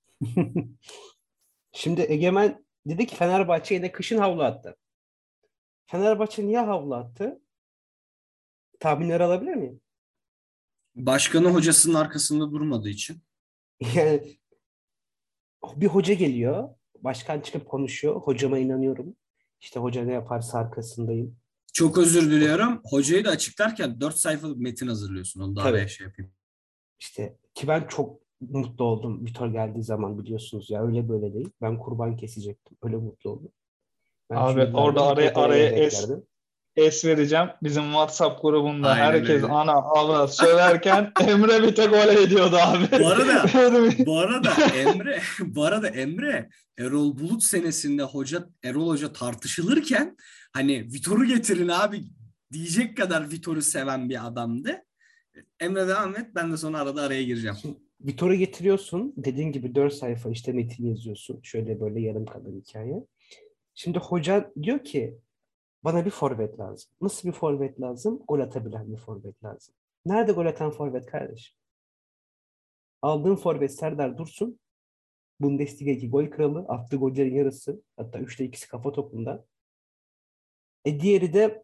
Şimdi Egemen dedi ki Fenerbahçe yine kışın havlu attı. Fenerbahçe niye havlu attı? Tahminleri alabilir miyim? Başkanı hocasının arkasında durmadığı için. Yani bir hoca geliyor. Başkan çıkıp konuşuyor. Hocama inanıyorum. İşte hoca ne yaparsa arkasındayım. Çok özür diliyorum. Hocayı da açıklarken dört sayfalık metin hazırlıyorsun. Onu da araya Tabii. şey yapayım. İşte ki ben çok mutlu oldum Vitor geldiği zaman, biliyorsunuz ya, öyle böyle değil. Ben kurban kesecektim. Öyle mutlu oldum. Ben Abi çünkü yıllardır orada araya, Vitor araya Pereira es, beklerdim. es vereceğim. Bizim WhatsApp grubunda Aynen herkes öyle. ana avrat söylerken Emre bir tek öyle ediyordu abi. Bu arada Dedim, bu arada Emre bu arada Emre Erol Bulut senesinde hoca Erol Hoca tartışılırken hani Vitor'u getirin abi diyecek kadar Vitor'u seven bir adamdı. Emre devam et. Ben de sonra arada araya gireceğim. Şimdi Vitor'u getiriyorsun. Dediğin gibi dört sayfa işte metin yazıyorsun. Şöyle böyle yarım kadar hikaye. Şimdi hoca diyor ki bana bir forvet lazım. Nasıl bir forvet lazım? Gol atabilen bir forvet lazım. Nerede gol atan forvet kardeşim? Aldığın forvet Serdar Dursun. Bundesliga'daki gol kralı. Attığı gollerin yarısı. Hatta üçte ikisi kafa topunda. E diğeri de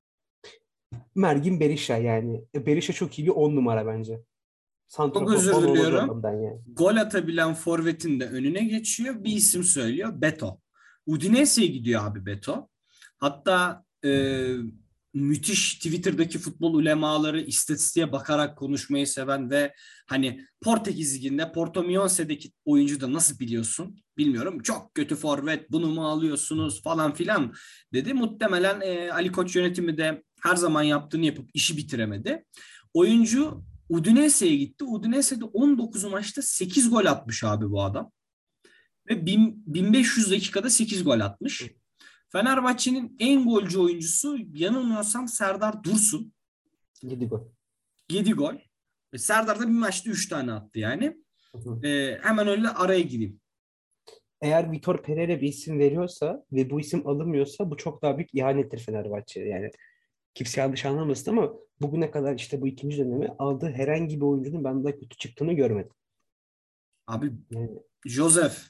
Mergin Berisha yani. E, Berisha çok iyi bir on numara bence. Çok Santrafor özür falan olmaz o diliyorum. adamdan yani. Gol atabilen forvetin de önüne geçiyor. Bir isim söylüyor. Beto. Udinese'ye gidiyor abi Beto. Hatta e, müthiş Twitter'daki futbol ulemaları istatistiğe bakarak konuşmayı seven ve hani Portekiz Ligi'nde Portimonense'deki oyuncu da nasıl biliyorsun bilmiyorum. Çok kötü forvet, bunu mu alıyorsunuz falan filan dedi. Muhtemelen e, Ali Koç yönetimi de her zaman yaptığını yapıp işi bitiremedi. Oyuncu Udinese'ye gitti. Udinese'de on dokuz maçta sekiz gol atmış abi bu adam. Ve bin beş yüz dakikada sekiz gol atmış. Fenerbahçe'nin en golcü oyuncusu yanılmıyorsam Serdar Dursun. yedi gol. yedi gol. E, Serdar da bir maçta üç tane attı yani. Hı hı. E, hemen öyle araya gireyim. Eğer Vitor Pereira bir isim veriyorsa ve bu isim alınmıyorsa bu çok daha büyük ihanettir Fenerbahçe'ye. Yani kimse yanlış anlamasın ama bugüne kadar işte bu ikinci dönemi aldığı herhangi bir oyuncunun ben daha kötü çıktığını görmedim. Abi Yani Joseph.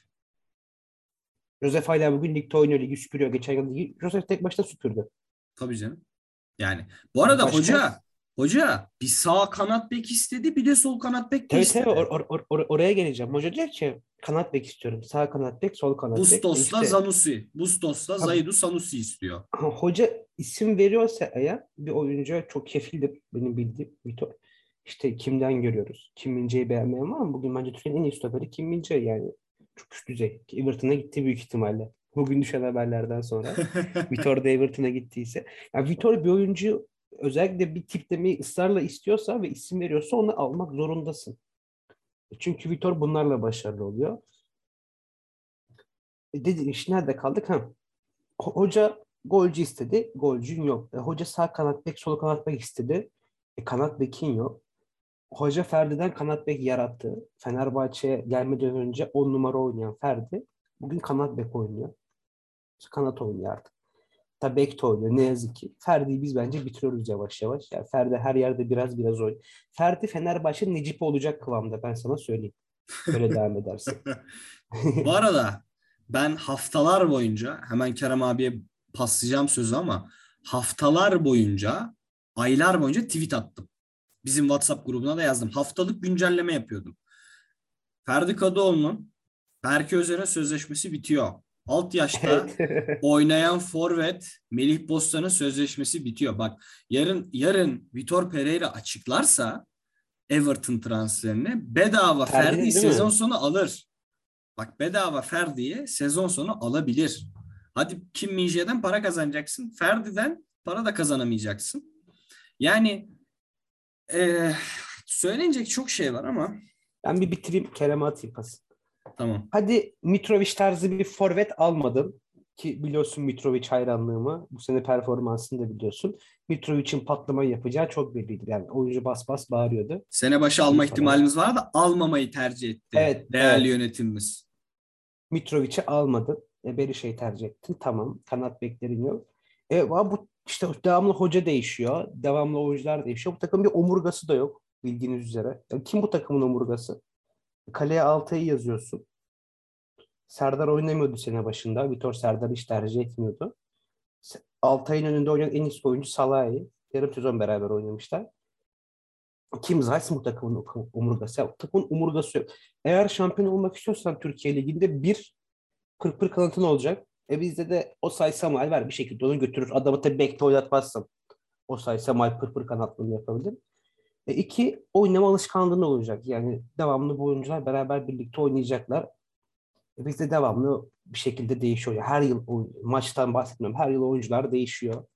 Josef hala bugün ligde oynuyor, ligi süpürüyor. Geçen yıl ligi Josef tek başına süpürdü. Tabii canım. Yani bu arada Başka? hoca hoca bir sağ kanat bek istedi bir de sol kanat bek de Tabii tabii istedi. or- or- or- or- oraya geleceğim. Hoca diyor ki kanat bek istiyorum. Sağ kanat bek, sol kanat bek. E Bustos'la işte Zanussi. Bustos'la ha, Zaidu Sanusi istiyor. ha, hoca isim veriyorsa eğer bir oyuncuya çok kefildir benim bildiğim Vitor. İşte kimden görüyoruz? Kim Min-jae'yi beğenmeyen var mı? Bugün bence Türkiye'nin en iyi stoperi Kim Min-jae yani. Çok üst düzey. Everton'a gitti büyük ihtimalle. Bugün düşen haberlerden sonra. Vitor da Everton'a gittiyse. Yani Vitor bir oyuncu özellikle bir tiplemeyi ısrarla istiyorsa ve isim veriyorsa onu almak zorundasın. Çünkü Vitor bunlarla başarılı oluyor. E dedi iş nerede kaldık? Ha. Hoca golcü istedi. Golcün yok. E, hoca sağ kanat bek, sol kanat bek istedi. E, kanat bekin yok. Hoca Ferdi'den kanat bek yarattı. Fenerbahçe'ye gelmeden önce on numara oynayan Ferdi bugün kanat bek oynuyor. Kanat oynuyor artık. Tabii bek de oynuyor ne yazık ki. Ferdi'yi biz bence bitiriyoruz yavaş yavaş. Yani Ferdi her yerde biraz biraz oynuyor. Ferdi Fenerbahçe Necip olacak kıvamda, ben sana söyleyeyim. Böyle devam ederse. Bu arada ben haftalar boyunca hemen Kerem abiye paslayacağım sözü ama haftalar boyunca aylar boyunca tweet attım. Bizim WhatsApp grubuna da yazdım. Haftalık güncelleme yapıyordum. Ferdi Kadıoğlu'nun Berke Özer'in sözleşmesi bitiyor. Alt yaşta Evet. oynayan forvet Melih Bostan'ın sözleşmesi bitiyor. Bak yarın yarın Vitor Pereira açıklarsa Everton transferini. Bedava Ferdi'nin Ferdi değil mi? sezon sonu alır. Bak bedava Ferdi'yi sezon sonu alabilir. Hadi Kim Min-jae'den para kazanacaksın. Ferdi'den para da kazanamayacaksın. Yani e, söylenecek çok şey var ama Ben bir bitireyim, Kerem'e atayım pası. tamam. Hadi Mitrovic tarzı bir forvet almadın. Ki biliyorsun Mitrovic hayranlığımı. Bu sene performansını da biliyorsun. Mitrovic'in patlama yapacağı çok belliydi. Yani oyuncu bas bas bağırıyordu. Sene başı İyi alma falan. ihtimalimiz var da almamayı tercih etti Evet, değerli evet. yönetimimiz. Mitrovic'i almadın. E, Berisha'yı tercih ettin. Tamam. Kanat beklerin yok. E, ama bu işte devamlı hoca değişiyor. Devamlı oyuncular değişiyor. Bu takımın bir omurgası da yok. Bildiğiniz üzere. Yani kim bu takımın omurgası? Kaleye Altay'ı yazıyorsun. Serdar oynamıyordu sene başında. Vitor Serdar'ı hiç tercih etmiyordu. Altay'ın önünde oynayan en iyisi oyuncu Salah'ı. Yarım sezon beraber oynamışlar. Kim zaten bu takımın omurgası. Ya, bu takımın omurgası yok. Eğer şampiyon olmak istiyorsan Türkiye Ligi'nde bir pırpır kanatın olacak. E bizde de Osay Samuel var, bir şekilde onu götürür. Adamı tabii bekle oynatmazsın. Osay Samuel pırpır kanatlığını yapabilir. E iki, oynama alışkanlığı olacak. Yani devamlı bu oyuncular beraber birlikte oynayacaklar. E bizde devamlı bir şekilde değişiyor. Her yıl oyun- maçtan bahsetmiyorum. Her yıl oyuncular değişiyor.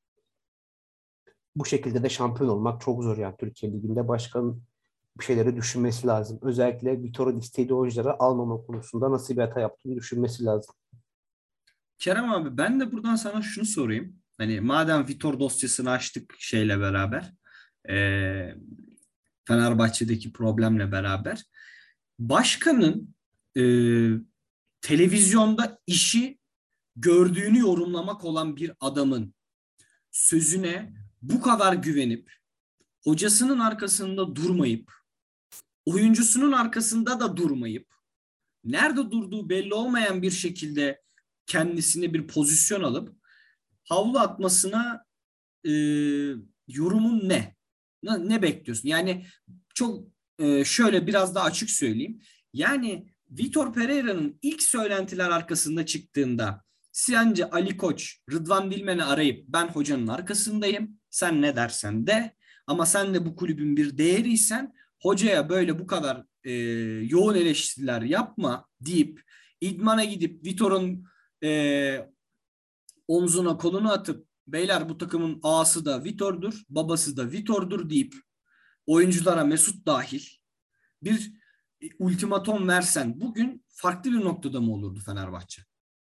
Bu şekilde de şampiyon olmak çok zor yani Türkiye Ligi'nde. Başkanın bir şeyleri düşünmesi lazım. Özellikle Vitor'un istediği oyuncuları almama konusunda nasıl bir hata yaptığını düşünmesi lazım. Kerem abi ben de buradan sana şunu sorayım. Hani madem Vitor dosyasını açtık şeyle beraber, e, Fenerbahçe'deki problemle beraber, başkanın e, televizyonda işi gördüğünü yorumlamak olan bir adamın sözüne bu kadar güvenip, hocasının arkasında durmayıp, oyuncusunun arkasında da durmayıp, nerede durduğu belli olmayan bir şekilde kendisine bir pozisyon alıp havlu atmasına e, yorumun ne? ne? Ne bekliyorsun? Yani çok e, şöyle biraz daha açık söyleyeyim. Yani Vitor Pereira'nın ilk söylentiler arkasında çıktığında sence Ali Koç Rıdvan Dilmen'i arayıp ben hocanın arkasındayım, sen ne dersen de, ama sen de bu kulübün bir değeriysen hocaya böyle bu kadar e, yoğun eleştiriler yapma deyip idmana gidip Vitor'un e, omzuna kolunu atıp beyler bu takımın ağası da Vitor'dur, babası da Vitor'dur deyip oyunculara Mesut dahil bir ultimatom versen bugün farklı bir noktada mı olurdu Fenerbahçe?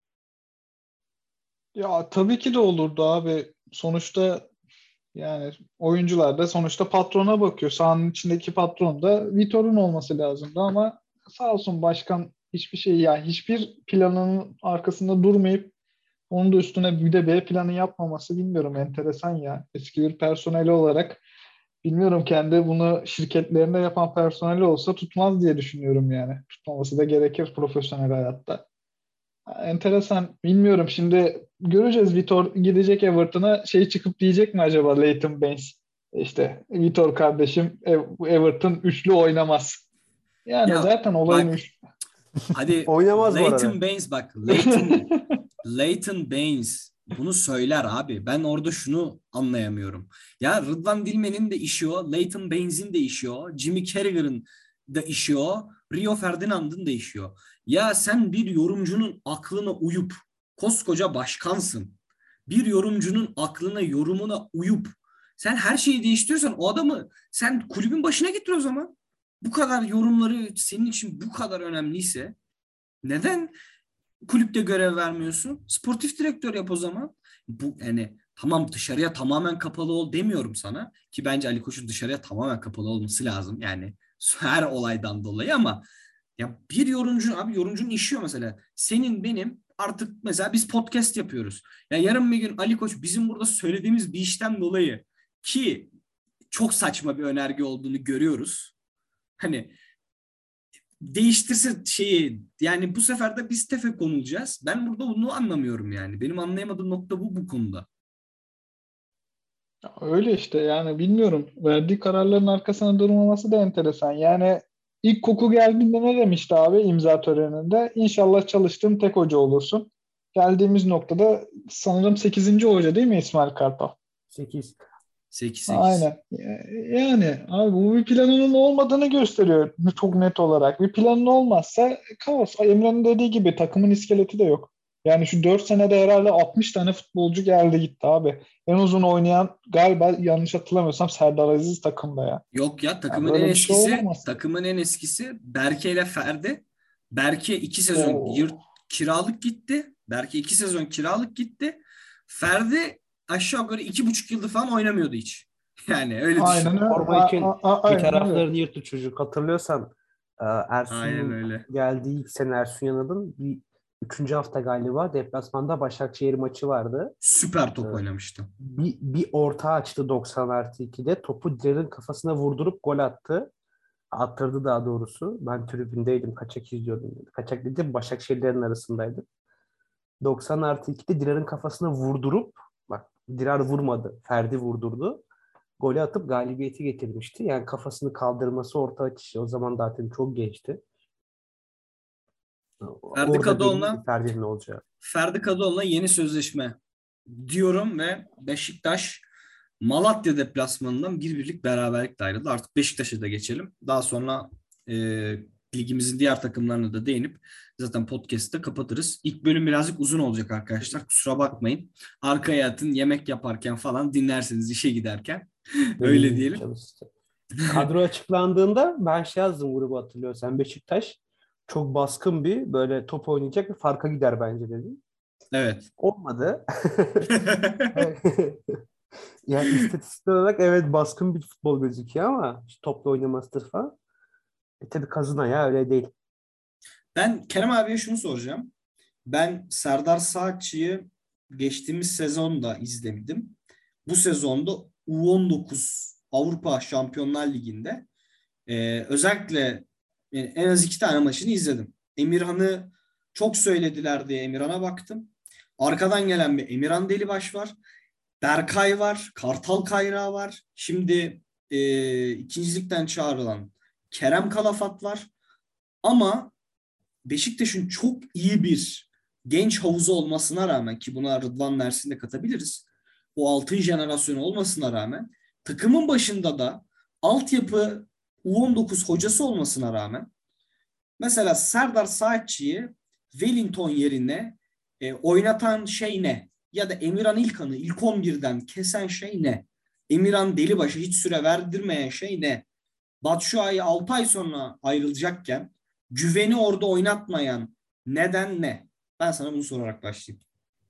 Ya tabii ki de olurdu abi. Sonuçta yani oyuncular da sonuçta patrona bakıyor. Sahanın içindeki patron da Vitor'un olması lazımdı ama sağ olsun başkan hiçbir şey ya hiçbir planının arkasında durmayıp onun da üstüne bir de B planı yapmaması bilmiyorum enteresan ya. Eski bir personeli olarak bilmiyorum kendi bunu şirketlerinde yapan personeli olsa tutmaz diye düşünüyorum yani. Tutmaması da gerekir profesyonel hayatta. Enteresan. Bilmiyorum. Şimdi göreceğiz. Vitor gidecek Everton'a şey çıkıp diyecek mi acaba Leighton Baines? İşte Vitor kardeşim Ev- Everton üçlü oynamaz. Yani Ya zaten olayın bak üç. hadi Oynamaz bu arada. Leighton Baines bak Leighton Leighton Baines bunu söyler abi. Ben orada şunu anlayamıyorum. Ya Rıdvan Dilmen'in de işi o, Leighton Baines'in de işi o, Jimmy Carragher'ın da işi o, Rio Ferdinand'ın da işi o. Ya sen bir yorumcunun aklına uyup koskoca başkansın. Bir yorumcunun aklına, yorumuna uyup sen her şeyi değiştiriyorsan o adamı sen kulübün başına getir o zaman. Bu kadar yorumları senin için bu kadar önemliyse neden kulüpte görev vermiyorsun? Sportif direktör yap o zaman. Bu yani tamam dışarıya tamamen kapalı ol demiyorum sana ki bence Ali Koç'un dışarıya tamamen kapalı olması lazım. Yani her olaydan dolayı ama ya bir yorumcu abi yorumcunun işi o mesela. Senin benim artık mesela biz podcast yapıyoruz. Ya yarın bir gün Ali Koç bizim burada söylediğimiz bir işten dolayı ki çok saçma bir önerge olduğunu görüyoruz. Hani değiştirse şeyi yani bu sefer de biz tefe konulacağız. Ben burada bunu anlamıyorum yani. Benim anlayamadığım nokta bu bu konuda. Öyle işte yani bilmiyorum. Verdiği kararların arkasında durmaması da enteresan. Yani ilk koku geldiğinde ne demişti abi imza töreninde? İnşallah çalıştığım tek hoca olursun. Geldiğimiz noktada sanırım sekizinci hoca değil mi İsmail Kartal? sekiz. sekiz sekiz. Aynen. Yani abi bu bir planının olmadığını gösteriyor çok net olarak. Bir planın olmazsa kaos. Emre'nin dediği gibi takımın iskeleti de yok. Yani şu dört senede herhalde altmış tane futbolcu geldi gitti abi. En uzun oynayan galiba yanlış hatırlamıyorsam Serdar Aziz takımda ya. Yok ya, Ya takımın en böyle bir şey eskisi olmaması. takımın en eskisi Berke ile Ferdi. Berke iki sezon yırt, Oo. kiralık gitti. Berke iki sezon kiralık gitti. Ferdi aşağı yukarı iki buçuk yıldır falan oynamıyordu hiç. Yani öyle düşün. Aynen öyle. Forma A- için a- a- bir aynen öyle. taraflarını yırttı çocuk. Hatırlıyorsan e, Aynen Ersun'un öyle. geldiği ilk sene Ersun Yanal'ın bir üçüncü hafta galiba deplasmanda Başakşehir maçı vardı. Süper E, top oynamıştı. bir, bir orta açtı doksan artı ikide. Topu Diler'in kafasına vurdurup gol attı. Attırdı daha doğrusu. Ben tribündeydim. Kaçak izliyordum. Kaçak dedim Başakşehirlerin arasındaydım. doksan artı ikide Diler'in kafasına vurdurup bak Diler vurmadı. Ferdi vurdurdu. Golü atıp galibiyeti getirmişti. Yani kafasını kaldırması orta açışı. O zaman zaten çok gençti. Ferdi Orada belliydi Kadıoğlu'na Ferdi'nin olacağı. Ferdi Kadıoğlu'na yeni sözleşme diyorum ve Beşiktaş Malatya deplasmanından bir birlik beraberlikle ayrıldı. Artık Beşiktaş'a da geçelim. Daha sonra e, ligimizin diğer takımlarına da değinip zaten podcast'ı kapatırız. İlk bölüm birazcık uzun olacak arkadaşlar. Kusura bakmayın. Arkaya atın, yemek yaparken falan dinlerseniz işe giderken. Dediğin Öyle gibi diyelim. çalıştı. Kadro açıklandığında ben şey yazdım grubu hatırlıyorsan. Beşiktaş çok baskın bir böyle top oynayacak ve farka gider bence dedim. Evet. Olmadı. Yani istatistik olarak evet baskın bir futbol gözüküyor ama işte topla oynamasıdır falan. E tabii kazına ya öyle değil. Ben Kerem abiye şunu soracağım. Ben Serdar Saatçı'yı geçtiğimiz sezonda izledim. Bu sezonda U on dokuz Avrupa Şampiyonlar Ligi'nde e, özellikle yani en az iki tane maçını izledim. Emirhan'ı çok söylediler diye Emirhan'a baktım. Arkadan gelen bir Emirhan Delibaş var. Berkay var. Kartal Kayrağı var. Şimdi e, ikincilikten çağrılan Kerem Kalafat var. Ama Beşiktaş'ın çok iyi bir genç havuzu olmasına rağmen ki buna Rıdvan Mersin'i de katabiliriz. O altın jenerasyonu olmasına rağmen takımın başında da altyapı U on dokuz hocası olmasına rağmen mesela Serdar Saatçı'yı Wellington yerine e, oynatan şey ne? Ya da Emirhan İlkan'ı ilk on birden kesen şey ne? Emirhan Delibaş'a hiç süre verdirmeyen şey ne? Batshuayi altı ay sonra ayrılacakken güveni orada oynatmayan neden ne? Ben sana bunu sorarak başlayayım.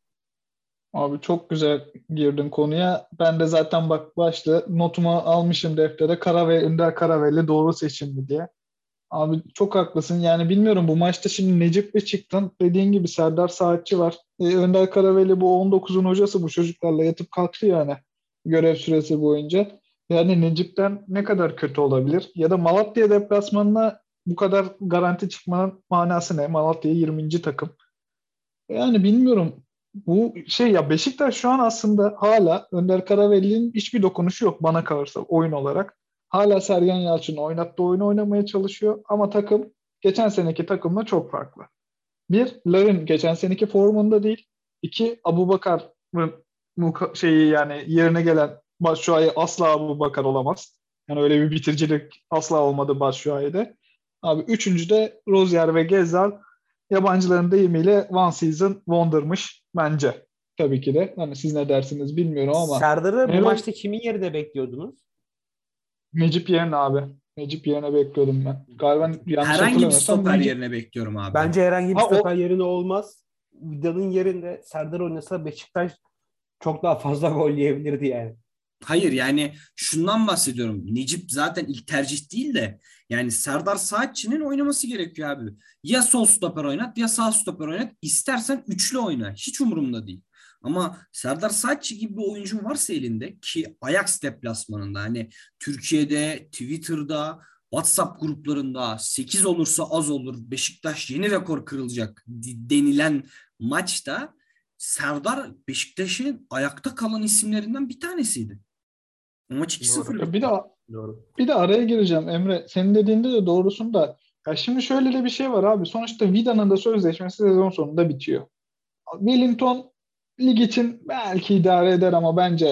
Abi çok güzel girdin konuya. Ben de zaten bak başta notumu almışım deftere. Karave, Önder Karaveli doğru seçim mi diye. Abi çok haklısın. Yani bilmiyorum bu maçta şimdi Necip ve çıktın. Dediğin gibi Serdar Saatçi var. E, Önder Karaveli bu on dokuzun hocası bu çocuklarla yatıp kalktı yani görev süresi boyunca. Yani Necip'ten ne kadar kötü olabilir? Ya da Malatya deplasmanına bu kadar garanti çıkmanın manası ne? Malatya yirminci takım. Yani bilmiyorum. Bu şey ya Beşiktaş şu an aslında hala Önder Karaveli'nin hiçbir dokunuşu yok bana kalırsa oyun olarak. Hala Sergen Yalçın'ın oynattığı oyunu oynamaya çalışıyor ama takım geçen seneki takımla çok farklı. Bir, Larin geçen seneki formunda değil. İki, Abubakar'ın muka- şeyi yani yerine gelen Batshuayi asla Abubakar olamaz. Yani öyle bir bitiricilik asla olmadı Batshuayi'de. Abi üçüncü de Rozier ve Gezzal yabancıların deyimiyle one season wonder'mış bence. Tabii ki de. Hani siz ne dersiniz bilmiyorum ama Serdar'ı bu Erol maçta kimin yerine bekliyordunuz? Necip yerine abi. Necip yerine bekliyordum ben. Galiba yanlış Herhangi bir hatırlamıyorsam stoper Necip. yerine bekliyorum abi. Bence herhangi bir Ha stoper o yerine olmaz. Vidal'ın yerinde Serdar oynasa Beşiktaş çok daha fazla gol yiyebilirdi yani. Hayır yani şundan bahsediyorum. Necip zaten ilk tercih değil de yani Serdar Saatçı'nın oynaması gerekiyor abi. Ya sol stoper oynat ya sağ stoper oynat. İstersen üçlü oyna. Hiç umurumda değil. Ama Serdar Saatçı gibi bir oyuncun varsa elinde ki Ajax deplasmanında hani Türkiye'de, Twitter'da, WhatsApp gruplarında sekiz olursa az olur. Beşiktaş yeni rekor kırılacak denilen maçta Serdar Beşiktaş'ın ayakta kalan isimlerinden bir tanesiydi. Maç iki sıfır Doğru. bir de bitti. Doğru. bir de araya gireceğim Emre. Senin dediğinde de doğrusun da ya şimdi şöyle de bir şey var abi. Sonuçta Vida'nın da sözleşmesi sezon sonunda bitiyor. Wellington lig için belki idare eder ama bence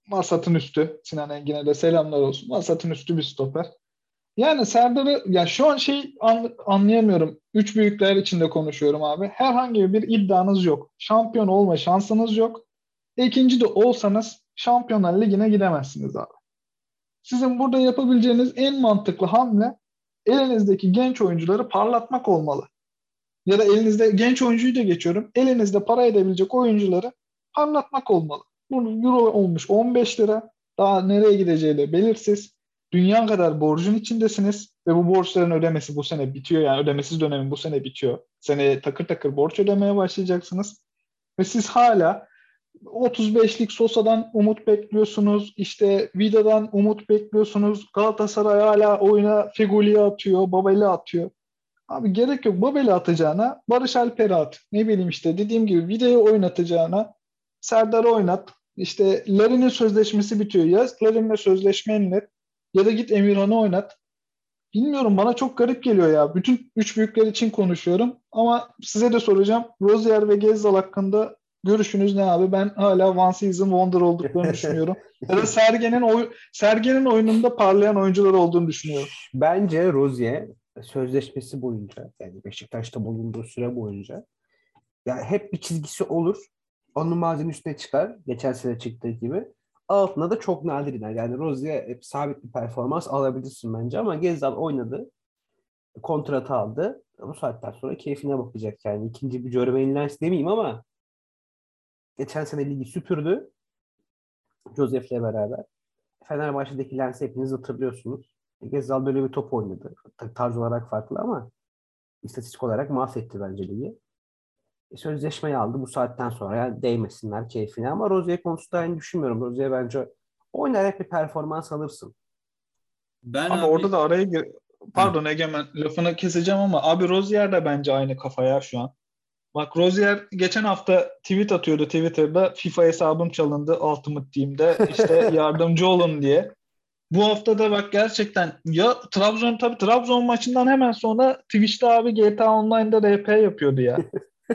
Vasatın üstü. Sinan Engin'e de selamlar olsun. Vasatın üstü bir stoper. Yani Serdar'ı ya şu an şey an- anlayamıyorum. Üç büyükler içinde konuşuyorum abi. Herhangi bir iddianız yok. Şampiyon olma şansınız yok. İkinci de olsanız Şampiyonlar Ligi'ne gidemezsiniz abi. Sizin burada yapabileceğiniz en mantıklı hamle elinizdeki genç oyuncuları parlatmak olmalı. Ya da elinizde genç oyuncuyu da geçiyorum. Elinizde para edebilecek oyuncuları parlatmak olmalı. Bunun euro olmuş on beş lira. Daha nereye gideceği de belirsiz. Dünya kadar borcun içindesiniz ve bu borçların ödemesi bu sene bitiyor. Yani ödemesiz dönemin bu sene bitiyor. Seneye takır takır borç ödemeye başlayacaksınız. Ve siz hala otuz beşlik Sosa'dan umut bekliyorsunuz. İşte Vida'dan umut bekliyorsunuz. Galatasaray hala oyuna Feghouli atıyor, Babel'i atıyor. Abi gerek yok. Babel'i atacağına Barış Alper'i at. Ne bileyim işte dediğim gibi Vida'yı oynatacağına Serdar'ı oynat. İşte Larin'in sözleşmesi bitiyor. Ya Larin'le sözleşmenle ya da git Emirhan'ı oynat. Bilmiyorum bana çok garip geliyor ya. Bütün üç büyükler için konuşuyorum. Ama size de soracağım. Rozier ve Gezzal hakkında görüşünüz ne abi? Ben hala one season wonder olduklarını düşünüyorum. Ya da Sergen'in oy Sergen'in oyununda parlayan oyuncular olduğunu düşünüyorum. Bence Rozier sözleşmesi boyunca, yani Beşiktaş'ta bulunduğu süre boyunca ya hep bir çizgisi olur. Onun marjinin üstüne çıkar. Geçen sene çıktığı gibi. Altına da çok nadir iner. Yani Rozier hep sabit bir performans alabilirsin bence ama Gezzal oynadı. Kontratı aldı. Bu saatten sonra keyfine bakacak yani. İkinci bir Jermaine Lens demeyeyim ama geçen sene ligi süpürdü. Josef'le beraber. Fenerbahçe'deki Lens'i hepiniz hatırlıyorsunuz. Gezzal böyle bir top oynadı. Tarz olarak farklı ama istatistik olarak mahvetti bence ligi. E, sözleşmeyi aldı bu saatten sonra. Yani değmesinler keyfine ama Rozier konusunda aynı düşünmüyorum. Rozier bence oynayarak bir performans alırsın. Ben Abi orada abi da araya gir. Heh, Pardon Egemen lafını keseceğim ama abi Rozier de bence aynı kafaya şu an. Bak Rozier geçen hafta tweet atıyordu Twitter'da FIFA hesabım çalındı Ultimate Team'de işte yardımcı olun diye. Bu hafta da bak gerçekten ya Trabzon tabii Trabzon maçından hemen sonra Twitch'te abi G T A Online'da R P yapıyordu ya.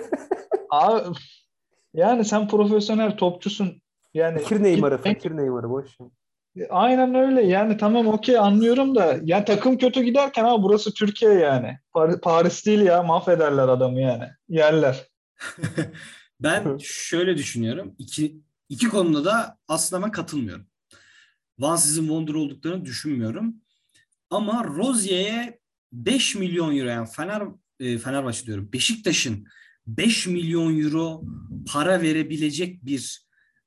Abi yani sen profesyonel topçusun. Yani Fakir git Neymar'ı, fakir Neymar'ı boş ver. aynen öyle yani tamam okey anlıyorum da ya takım kötü giderken ha burası Türkiye yani. Par- Paris değil ya mahvederler adamı yani. Yerler. ben şöyle düşünüyorum. İki, iki konuda da aslında ben katılmıyorum. One Season Wonder olduklarını düşünmüyorum. Ama Rozier'e beş milyon euro yani Fener, e, Fenerbahçe diyorum. Beşiktaş'ın beş milyon euro para verebilecek bir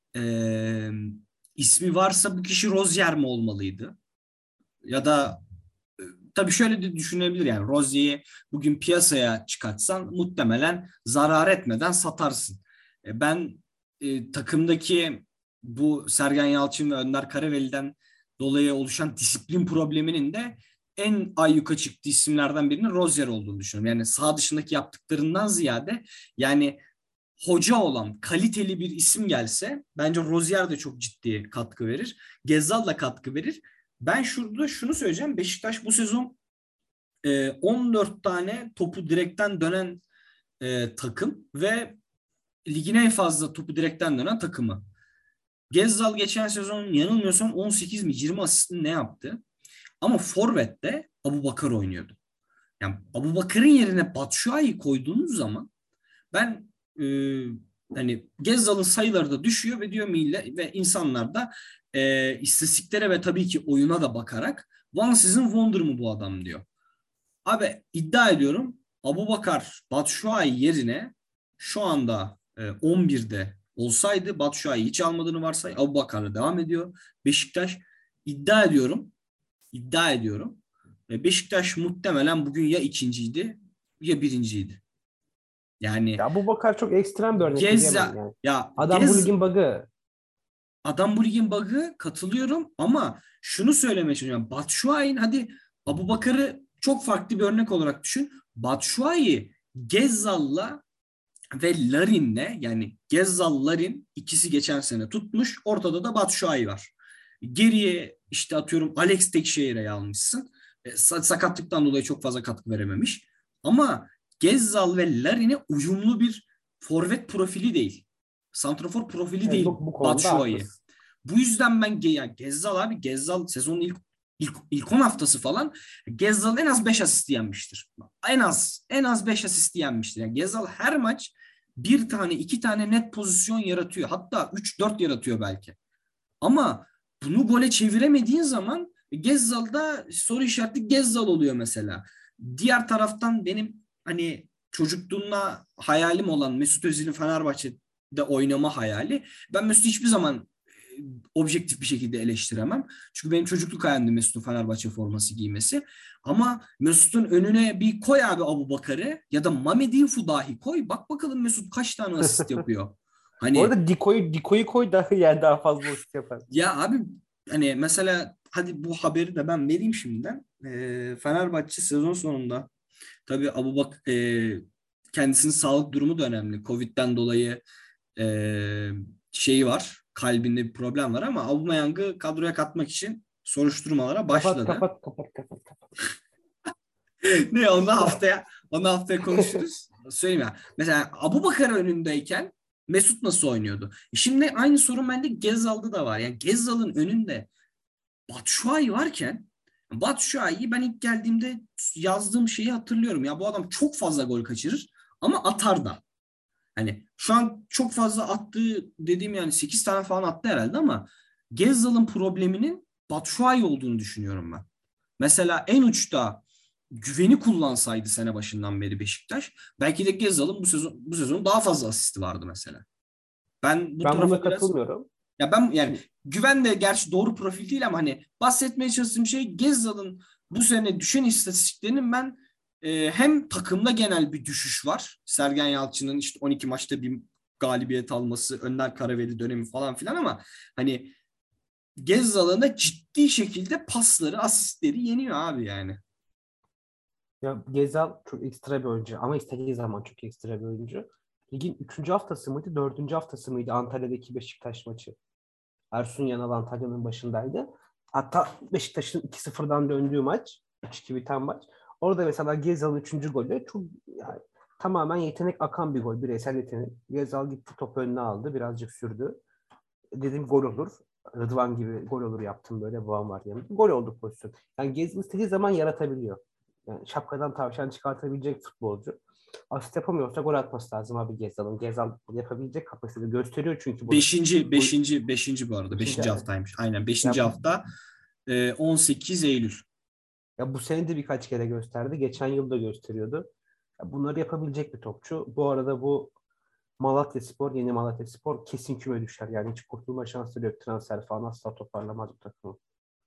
e, ismi varsa bu kişi Rozier mi olmalıydı? Ya da e, tabii şöyle de düşünebilir yani Rozier'i bugün piyasaya çıkartsan muhtemelen zarar etmeden satarsın. E, ben e, takımdaki bu Sergen Yalçın ve Önder Karaveli'den dolayı oluşan disiplin probleminin de en ayyuka çıktığı isimlerden birinin Rozier olduğunu düşünüyorum. Yani sağ dışındaki yaptıklarından ziyade yani hoca olan kaliteli bir isim gelse bence Rozier de çok ciddi katkı verir. Gezzal da katkı verir. Ben şurada şunu söyleyeceğim. Beşiktaş bu sezon e, on dört tane topu direkten dönen e, takım ve ligin en fazla topu direkten dönen takımı. Gezzal geçen sezon yanılmıyorsam on sekiz mi yirmi asistini ne yaptı? Ama forvette Abubakar oynuyordu. Yani Abubakar'ın yerine Batshuayi'yi koyduğunuz zaman ben e, hani Gezzal'ın sayıları da düşüyor ve diyor millet ve insanlar da e, istatistiklere ve tabii ki oyuna da bakarak One Season Wonder mu bu adam diyor. Abi iddia ediyorum Abubakar Batshuayi yerine şu anda e, on birde olsaydı Batshuayi hiç almadığını varsay Abubakar'la devam ediyor. Beşiktaş iddia ediyorum iddia ediyorum. E, Beşiktaş muhtemelen bugün ya ikinciydi ya birinciydi. Yani Ya bu Bakar çok ekstrem bir örnek Egemen Geza yani. ya Adam bu Gez ligin bug'ı. adam bu ligin bug'ı katılıyorum ama şunu söylemeye çalışıyorum. Batshuayi'nin hadi Abubakar'ı çok farklı bir örnek olarak düşün. Batshuayi Gezzal'la ve Larin'le yani Gezzal Larin ikisi geçen sene tutmuş. Ortada da Batshuayi var. Geriye işte atıyorum Alex Tekşehir'e almışsın. E, sakatlıktan dolayı çok fazla katkı verememiş. Ama Gezzal ve Larin'e uyumlu bir forvet profili değil. Santrafor profili Evet, değil bu, bu konuda Batshuayi. haklısın. Bu yüzden ben Ge- yani Gezzal abi Gezzal sezonun ilk ilk, ilk on haftası falan Gezzal en az beş asist yenmiştir. En az en az beş asist yenmiştir. Yani Gezzal her maç bir tane iki tane net pozisyon yaratıyor. Hatta üç dört yaratıyor belki. Ama bunu gole çeviremediğin zaman Gezzal'da soru işareti Gezzal oluyor mesela. Diğer taraftan benim hani çocukluğumda hayalim olan Mesut Özil'in Fenerbahçe'de oynama hayali. Ben Mesut'u hiçbir zaman e, objektif bir şekilde eleştiremem. Çünkü benim çocukluk hayalimdi Mesut'un Fenerbahçe forması giymesi. Ama Mesut'un önüne bir koy abi Abubakar'ı ya da Mame Diouf'u dahi koy. Bak bakalım Mesut kaç tane asist yapıyor. Bu Hani arada Diko'yu Diko'yu koy da yani daha fazla asist yapar. ya abi hani mesela hadi bu haberi de ben vereyim şimdiden. Ee, Fenerbahçe sezon sonunda tabii Abubak e, kendisinin sağlık durumu da önemli. Covid'den dolayı e, şeyi var. Kalbinde bir problem var ama Aubameyang'ı kadroya katmak için soruşturmalara Kapat başladı. kapat kapat kapat kapat. Ne onu haftaya onu haftaya konuşuruz. Söyleyeyim ya. Mesela Abubakar önündeyken Mesut nasıl oynuyordu? E Şimdi aynı sorun bende Gezzal'da da var. Yani Gezzal'ın önünde Batshuayi varken Batshuayi'yi ben ilk geldiğimde yazdığım şeyi hatırlıyorum. Ya bu adam çok fazla gol kaçırır ama atar da. Hani şu an çok fazla attığı dediğim yani sekiz tane falan attı herhalde ama Gezzal'ın probleminin Batshuayi olduğunu düşünüyorum ben. Mesela en uçta güveni kullansaydı sene başından beri Beşiktaş belki de Gezzal'ın bu sezon bu sezon daha fazla asisti vardı mesela. Ben bu Ben buna tarafa biraz katılmıyorum. ya ben yani Şimdi Güven de gerçi doğru profil değil ama hani bahsetmeye çalıştığım şey Gezzal'ın bu sene düşen istatistiklerinin ben e, hem takımda genel bir düşüş var. Sergen Yalçın'ın işte on iki maçta bir galibiyet alması, Önder Karaveli dönemi falan filan ama hani Gezzal'ın da ciddi şekilde pasları, asistleri yeniyor abi yani. ya Gezal çok ekstra bir oyuncu ama istediği zaman çok ekstra bir oyuncu. Ligin üçüncü haftası mıydı, dördüncü haftası mıydı Antalya'daki Beşiktaş maçı? Ersun Yanal Antalya'nın başındaydı. Hatta Beşiktaş'ın iki sıfırdan döndüğü maç, üç iki biten maç. Orada mesela Gezal'ın üçüncü golü çok yani, tamamen yetenek akan bir gol, bireysel yetenek. Gezal gitti topu önüne aldı, birazcık sürdü. Dedim gol olur. Rıdvan gibi gol olur yaptım böyle babam var yanımda. Gol oldu pozisyon. Yani Gezal istediği zaman yaratabiliyor. Yani şapkadan tavşan çıkartabilecek futbolcu. Asist yapamıyorsa gol atması lazım abi Gezal'ın. Gezal yapabilecek kapasitede gösteriyor çünkü bunu. Beşinci, Bu beşinci, beşinci bu arada. beşinci Beşinci haftaymış. Aynen. Beşinci ya hafta e, on sekiz Eylül. ya bu sene de birkaç kere gösterdi. Geçen yıl da gösteriyordu. Ya bunları yapabilecek bir topçu. Bu arada bu Malatyaspor, yeni Malatyaspor kesin küme düşer. Yani hiç kurtulma şansı yok. Transfer falan asla toparlamaz bu takımı.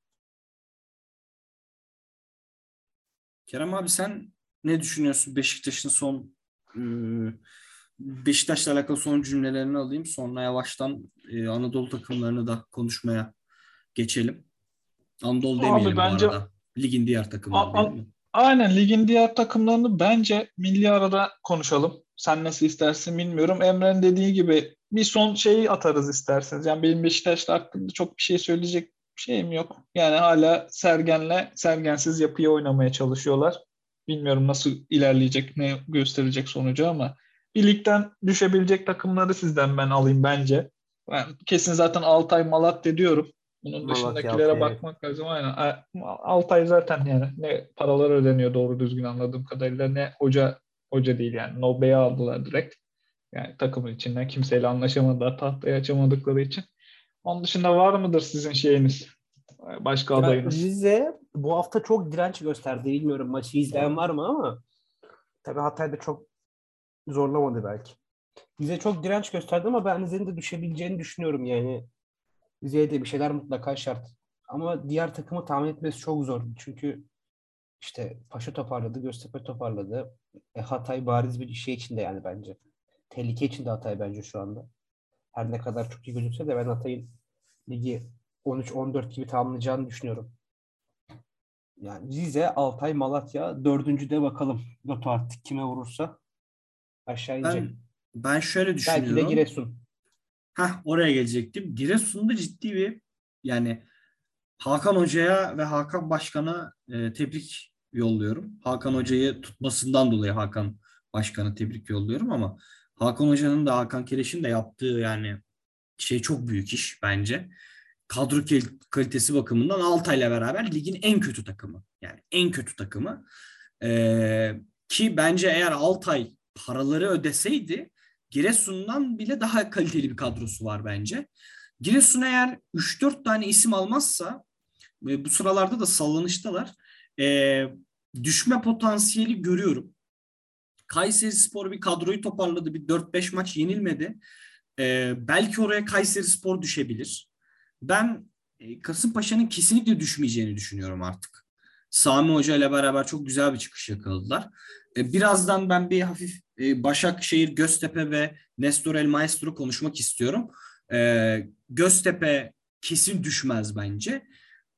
Kerem abi sen ne düşünüyorsun Beşiktaş'ın son e, Beşiktaş'la alakalı son cümlelerini alayım. Sonra yavaştan e, Anadolu takımlarını da konuşmaya geçelim. Anadolu Abi demeyelim bu bence arada. Ligin diğer takımları a- değil a- mi? aynen ligin diğer takımlarını bence milli arada konuşalım. Sen nasıl istersin bilmiyorum. Emre'nin dediği gibi bir son şeyi atarız isterseniz. Yani benim Beşiktaş'la hakkında çok bir şey söyleyecek şeyim yok. Yani hala Sergen'le Sergensiz yapıya oynamaya çalışıyorlar. Bilmiyorum nasıl ilerleyecek, ne gösterecek sonucu ama bir ligden düşebilecek takımları sizden ben alayım bence. Ben kesin zaten Altay Malatya diyorum. Bunun Malatya dışındakilere Altay evet. bakmak lazım. Aynen. A- Altay zaten yani ne paralar ödeniyor doğru düzgün anladığım kadarıyla ne hoca hoca değil yani. Nobel'i aldılar direkt. Yani takımın içinden kimseyle anlaşamadılar. Tahtayı açamadıkları için. Onun dışında var mıdır sizin şeyiniz? Başka Ya adayınız? Rize bu hafta çok direnç gösterdi. Bilmiyorum maçı izleyen var mı ama tabii Hatay'da çok zorlamadı belki. Rize çok direnç gösterdi ama ben Rize'nin de düşebileceğini düşünüyorum yani. Rize'ye de bir şeyler mutlaka şart. Ama diğer takımı tahmin etmesi çok zor. Çünkü işte Paşa toparladı, Göztepe toparladı. E, Hatay bariz bir şey içinde yani bence. Tehlike içinde Hatay bence şu anda. Her ne kadar çok iyi gözükse de ben Hatay'ın ligi on üç on dört gibi tamamlayacağını düşünüyorum. Yani Rize, Altay, Malatya dördüncüde bakalım. Loto artık kime vurursa aşağı inecek. Ben ben şöyle Belki de düşünüyorum. Giresun. Hah oraya gelecektim. Giresun'da ciddi bir yani Hakan Hoca'ya ve Hakan Başkan'a e, tebrik yolluyorum. Hakan Hoca'yı tutmasından dolayı Hakan Başkan'a tebrik yolluyorum ama Hakan Hoca'nın da Hakan Kereş'in de yaptığı yani şey çok büyük iş bence. kadro kalitesi bakımından Altay'la beraber ligin en kötü takımı. Yani en kötü takımı. Ee, ki bence eğer Altay paraları ödeseydi Giresun'dan bile daha kaliteli bir kadrosu var bence. Giresun eğer üç dört tane isim almazsa ve bu sıralarda da sallanıştalar. E, düşme potansiyeli görüyorum. Kayserispor bir kadroyu toparladı. Bir dört beş maç yenilmedi. E, belki oraya Kayserispor düşebilir. Ben e, Kasımpaşa'nın kesinlikle düşmeyeceğini düşünüyorum artık. Sami Hoca ile beraber çok güzel bir çıkış yakaladılar. E, birazdan ben bir hafif e, Başakşehir, Göztepe ve Nestor El Maestro konuşmak istiyorum. E, Göztepe kesin düşmez bence.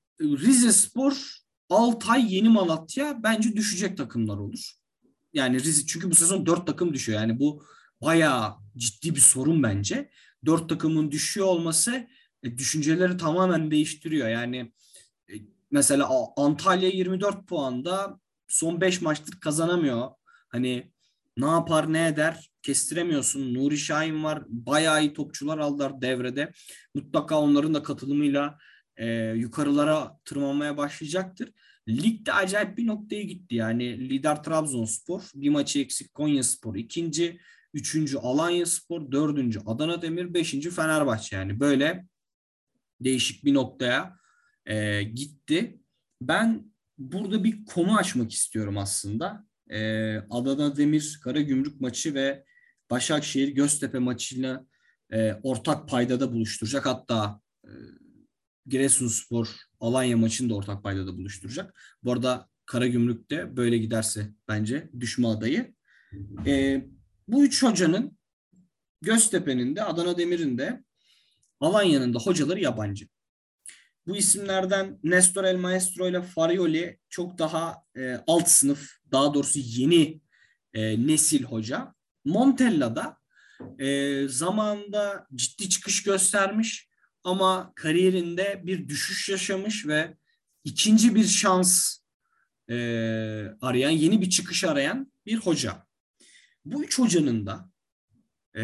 Rizespor, Altay, Yeni Malatya bence düşecek takımlar olur. Yani Rize, çünkü bu sezon dört takım düşüyor. Yani bu bayağı ciddi bir sorun bence. Dört takımın düşüyor olması e, düşünceleri tamamen değiştiriyor. Yani e, mesela Antalya yirmi dört puanda, son beş maçtır kazanamıyor. Hani ne yapar ne eder kestiremiyorsun. Nuri Şahin var. Bayağı iyi topçular aldılar devrede. Mutlaka onların da katılımıyla e, yukarılara tırmanmaya başlayacaktır. Ligde acayip bir noktaya gitti. Yani lider Trabzonspor, bir maçı eksik Konyaspor ikinci, üçüncü Alanyaspor, dördüncü Adana Demir, beşinci Fenerbahçe. Yani böyle değişik bir noktaya e, gitti. Ben burada bir konu açmak istiyorum aslında. E, Adana Demir Karagümrük maçı ve Başakşehir Göztepe maçıyla e, ortak paydada buluşturacak. Hatta e, Giresunspor Alanya maçını da ortak paydada buluşturacak. Bu arada Karagümrük de böyle giderse bence düşme adayı. E, bu üç hocanın, Göztepe'nin de Adana Demir'in de Alanya'nın da hocaları yabancı. Bu isimlerden Nestor El Maestro ile Farioli çok daha e, alt sınıf, daha doğrusu yeni e, nesil hoca. Montella da e, zamanında ciddi çıkış göstermiş ama kariyerinde bir düşüş yaşamış ve ikinci bir şans e, arayan, yeni bir çıkış arayan bir hoca. Bu üç hocanın da e,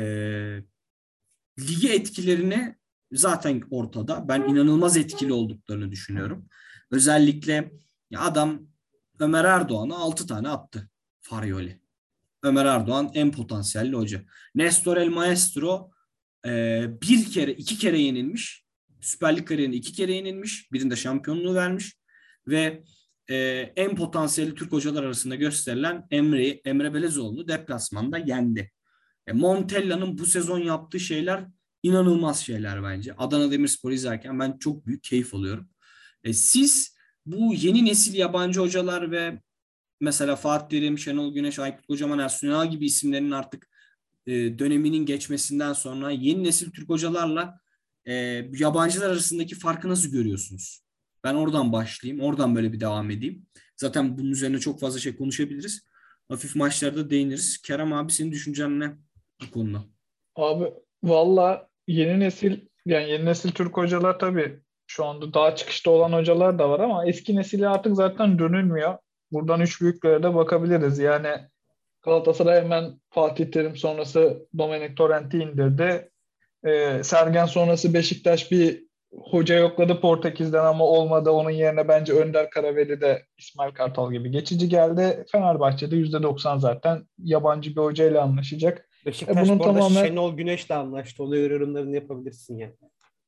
lige etkilerini zaten ortada. Ben inanılmaz etkili olduklarını düşünüyorum. Özellikle ya adam Ömer Erdoğan'a altı tane attı Farioli. Ömer Erdoğan en potansiyelli hoca. Nestor El Maestro e, bir kere, iki kere yenilmiş. Süper Lig kariyerinde iki kere yenilmiş. Birinde şampiyonluğu vermiş. Ve e, en potansiyelli Türk hocalar arasında gösterilen Emre, Emre Belezoğlu'nu deplasmanda yendi. E, Montella'nın bu sezon yaptığı şeyler inanılmaz şeyler bence. Adana Demirspor'u izlerken ben çok büyük keyif alıyorum. E, siz bu yeni nesil yabancı hocalar ve mesela Fatih Terim, Şenol Güneş, Aykut Kocaman, Ersun Yanal gibi isimlerin artık e, döneminin geçmesinden sonra yeni nesil Türk hocalarla e, yabancılar arasındaki farkı nasıl görüyorsunuz? Ben oradan başlayayım. Oradan böyle bir devam edeyim. Zaten bunun üzerine çok fazla şey konuşabiliriz. Hafif maçlarda değiniriz. Kerem abi, senin düşüncen ne bu konuda? Abi valla yeni nesil, yani yeni nesil Türk hocalar tabii şu anda daha çıkışta olan hocalar da var ama eski nesile artık zaten dönülmüyor. Buradan üç büyüklere de bakabiliriz. Yani Galatasaray hemen Fatih Terim sonrası Domenech Torrent'i indirdi. Ee, Sergen sonrası Beşiktaş bir hoca yokladı Portekiz'den ama olmadı. Onun yerine bence Önder Karaveli de İsmail Kartal gibi geçici geldi. Fenerbahçe'de yüzde doksan zaten yabancı bir hocayla anlaşacak. E Beşiktaş bunun bu arada tamamen Şenol Güneş'le anlaştı. Olay yorumlarını yapabilirsin yani.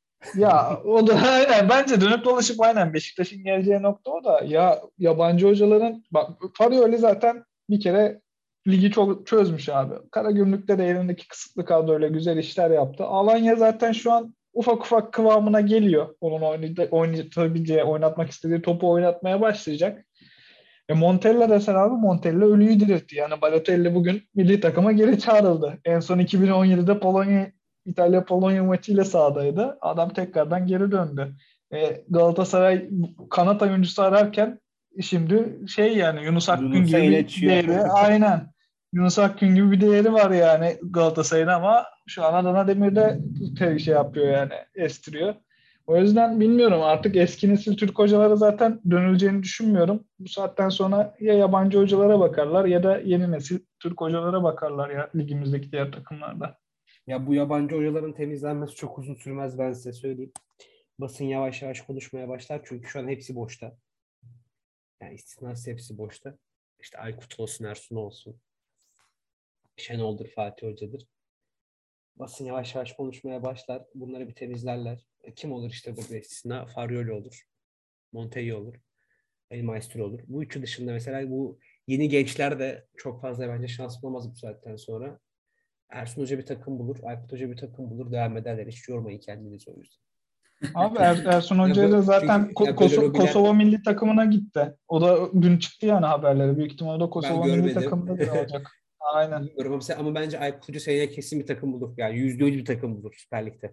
ya o da aynen, bence dönüp dolaşıp aynen Beşiktaş'ın geleceği nokta o da ya yabancı hocaların bak Farioli zaten bir kere ligi çok çözmüş abi. Karagümrük'te de elindeki kısıtlı kadroyla güzel işler yaptı. Alanya zaten şu an ufak ufak kıvamına geliyor. Onun oynadı, oynatabileceği, oynatmak istediği topu oynatmaya başlayacak. E Montella desen abi, Montella ölüyü diriltti. Yani Balotelli bugün milli takıma geri çağrıldı. En son iki bin on yedide Polonya İtalya-Polonya maçıyla sahadaydı. Adam tekrardan geri döndü. E, Galatasaray kanat oyuncusu ararken şimdi şey yani Yunus Akgün Yunus'a gibi el bir açıyor. değeri, aynen. Yunus Akgün gibi bir değeri var yani Galatasaray'ın ama şu an Adana Demir'de te- şey yapıyor yani estiriyor. O yüzden bilmiyorum, artık eski nesil Türk hocalara zaten dönüleceğini düşünmüyorum. Bu saatten sonra ya yabancı hocalara bakarlar ya da yeni nesil Türk hocalara bakarlar ya ligimizdeki diğer takımlarda. Ya bu yabancı hocaların temizlenmesi çok uzun sürmez, ben size söyleyeyim. Basın yavaş yavaş konuşmaya başlar. Çünkü şu an hepsi boşta. Yani istisnası hepsi boşta. İşte Aykut olsun, Ersun olsun. Şenol'dur, Fatih Hoca'dır. Basın yavaş yavaş konuşmaya başlar. Bunları bir temizlerler. E, kim olur işte burada istisna? Farioli olur. Montehi olur. El Maestro olur. Bu üçü dışında mesela bu yeni gençler de çok fazla bence şans bulamaz bu saatten sonra. Ersun Hoca bir takım bulur. Aykut Hoca bir takım bulur. Devam ederler. Hiç yormayın kendinizi o yüzden. Abi Er- Ersun Ya Hoca da bö- zaten çünkü Ko- ya böyle Koso- lobiler Kosova milli takımına gitti. O da dün çıktı yani haberleri. Büyük ihtimalle o da ben Kosova milli görmedim. takımında görev alacak. Aynen. Bilmiyorum ama, sen- ama bence Aykut Hoca seneye kesin bir takım bulur. Yani yüzde yüz bir takım bulur Süper Lig'de.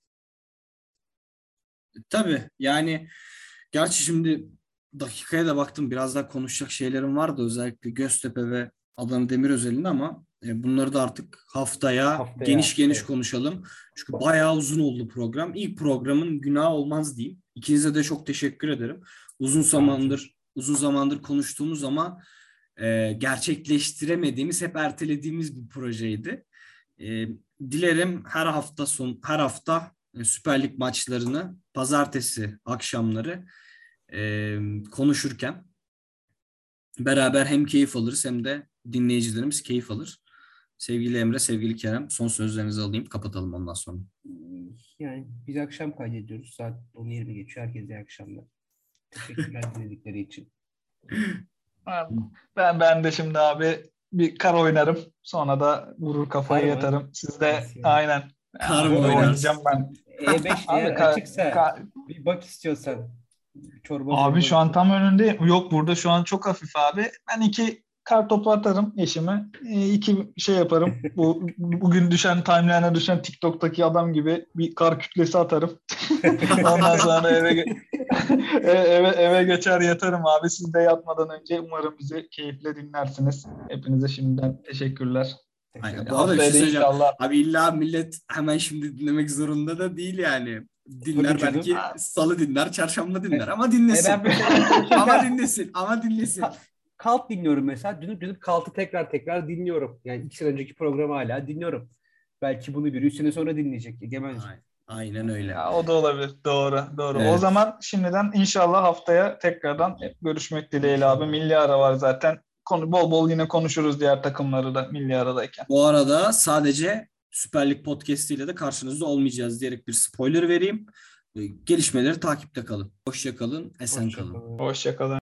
Tabii yani gerçi şimdi dakikaya da baktım, biraz daha konuşacak şeylerim vardı özellikle Göztepe ve Adana Demir özelinde, ama e, bunları da artık haftaya Haftaya geniş geniş evet. konuşalım. Çünkü bayağı uzun oldu program. İlk programın günahı olmaz diyeyim. İkinize de çok teşekkür ederim. Uzun Kaan'cığım. zamandır uzun zamandır konuştuğumuz ama e, gerçekleştiremediğimiz, hep ertelediğimiz bir projeydi. E, Dilerim her hafta son her hafta e, Süper Lig maçlarını pazartesi akşamları e, konuşurken beraber hem keyif alırız hem de dinleyicilerimiz keyif alır. Sevgili Emre, sevgili Kerem, son sözlerinizi alayım, kapatalım ondan sonra. Yani biz akşam kaydediyoruz. Saat on yirmi geçiyor. Herkese iyi akşamlar. Teşekkürler dinledikleri için. Ben ben de şimdi abi bir kar oynarım. Sonra da vurur kafayı Kar mı? yatarım. Siz de Nasıl yani? aynen. Kar Abi mı oynayacağım oynarsın? ben. E beş eğer Abi kar, açıksa kar- bir bak istiyorsan. Çorba abi morba şu an içip. tam önündeyim. Yok burada şu an çok hafif abi. Ben iki kar topu atarım eşime. E, iki şey yaparım. Bu bugün düşen timeline'a düşen TikTok'taki adam gibi bir kar kütlesi atarım. Ondan sonra eve ge- e- eve eve geçer yatarım abi. Siz de yatmadan önce umarım bizi keyifle dinlersiniz. Hepinize şimdiden teşekkürler. Aynen. Bu Ama bir şey haftaya da söyleyeceğim. inşallah. Abi illa millet hemen şimdi dinlemek zorunda da değil yani. Tabii Dinler canım. belki, salı dinler, çarşamba E, dinler, ama e dinlesin. ben mesela Ama çalışırken dinlesin, ama dinlesin. Ka- Kalt dinliyorum mesela. Dönüp dönüp Kalt'ı tekrar tekrar dinliyorum. Yani iki sene önceki programı hala dinliyorum. Belki bunu bir üç sene sonra dinleyecek Egemen'ciğim. Aynen, aynen öyle. Ya, o da olabilir. Doğru. Doğru. O Evet. zaman şimdiden inşallah haftaya tekrardan görüşmek dileğiyle abi. İnşallah. Milli ara var zaten. Konu bol bol yine konuşuruz diğer takımları da milli aradayken. Bu arada sadece Süper Lig Podcast ile de karşınızda olmayacağız diyerek bir spoiler vereyim. Gelişmeleri takipte kalın. Hoşça kalın, esen Hoşça kalın. kalın. Hoşça kalın.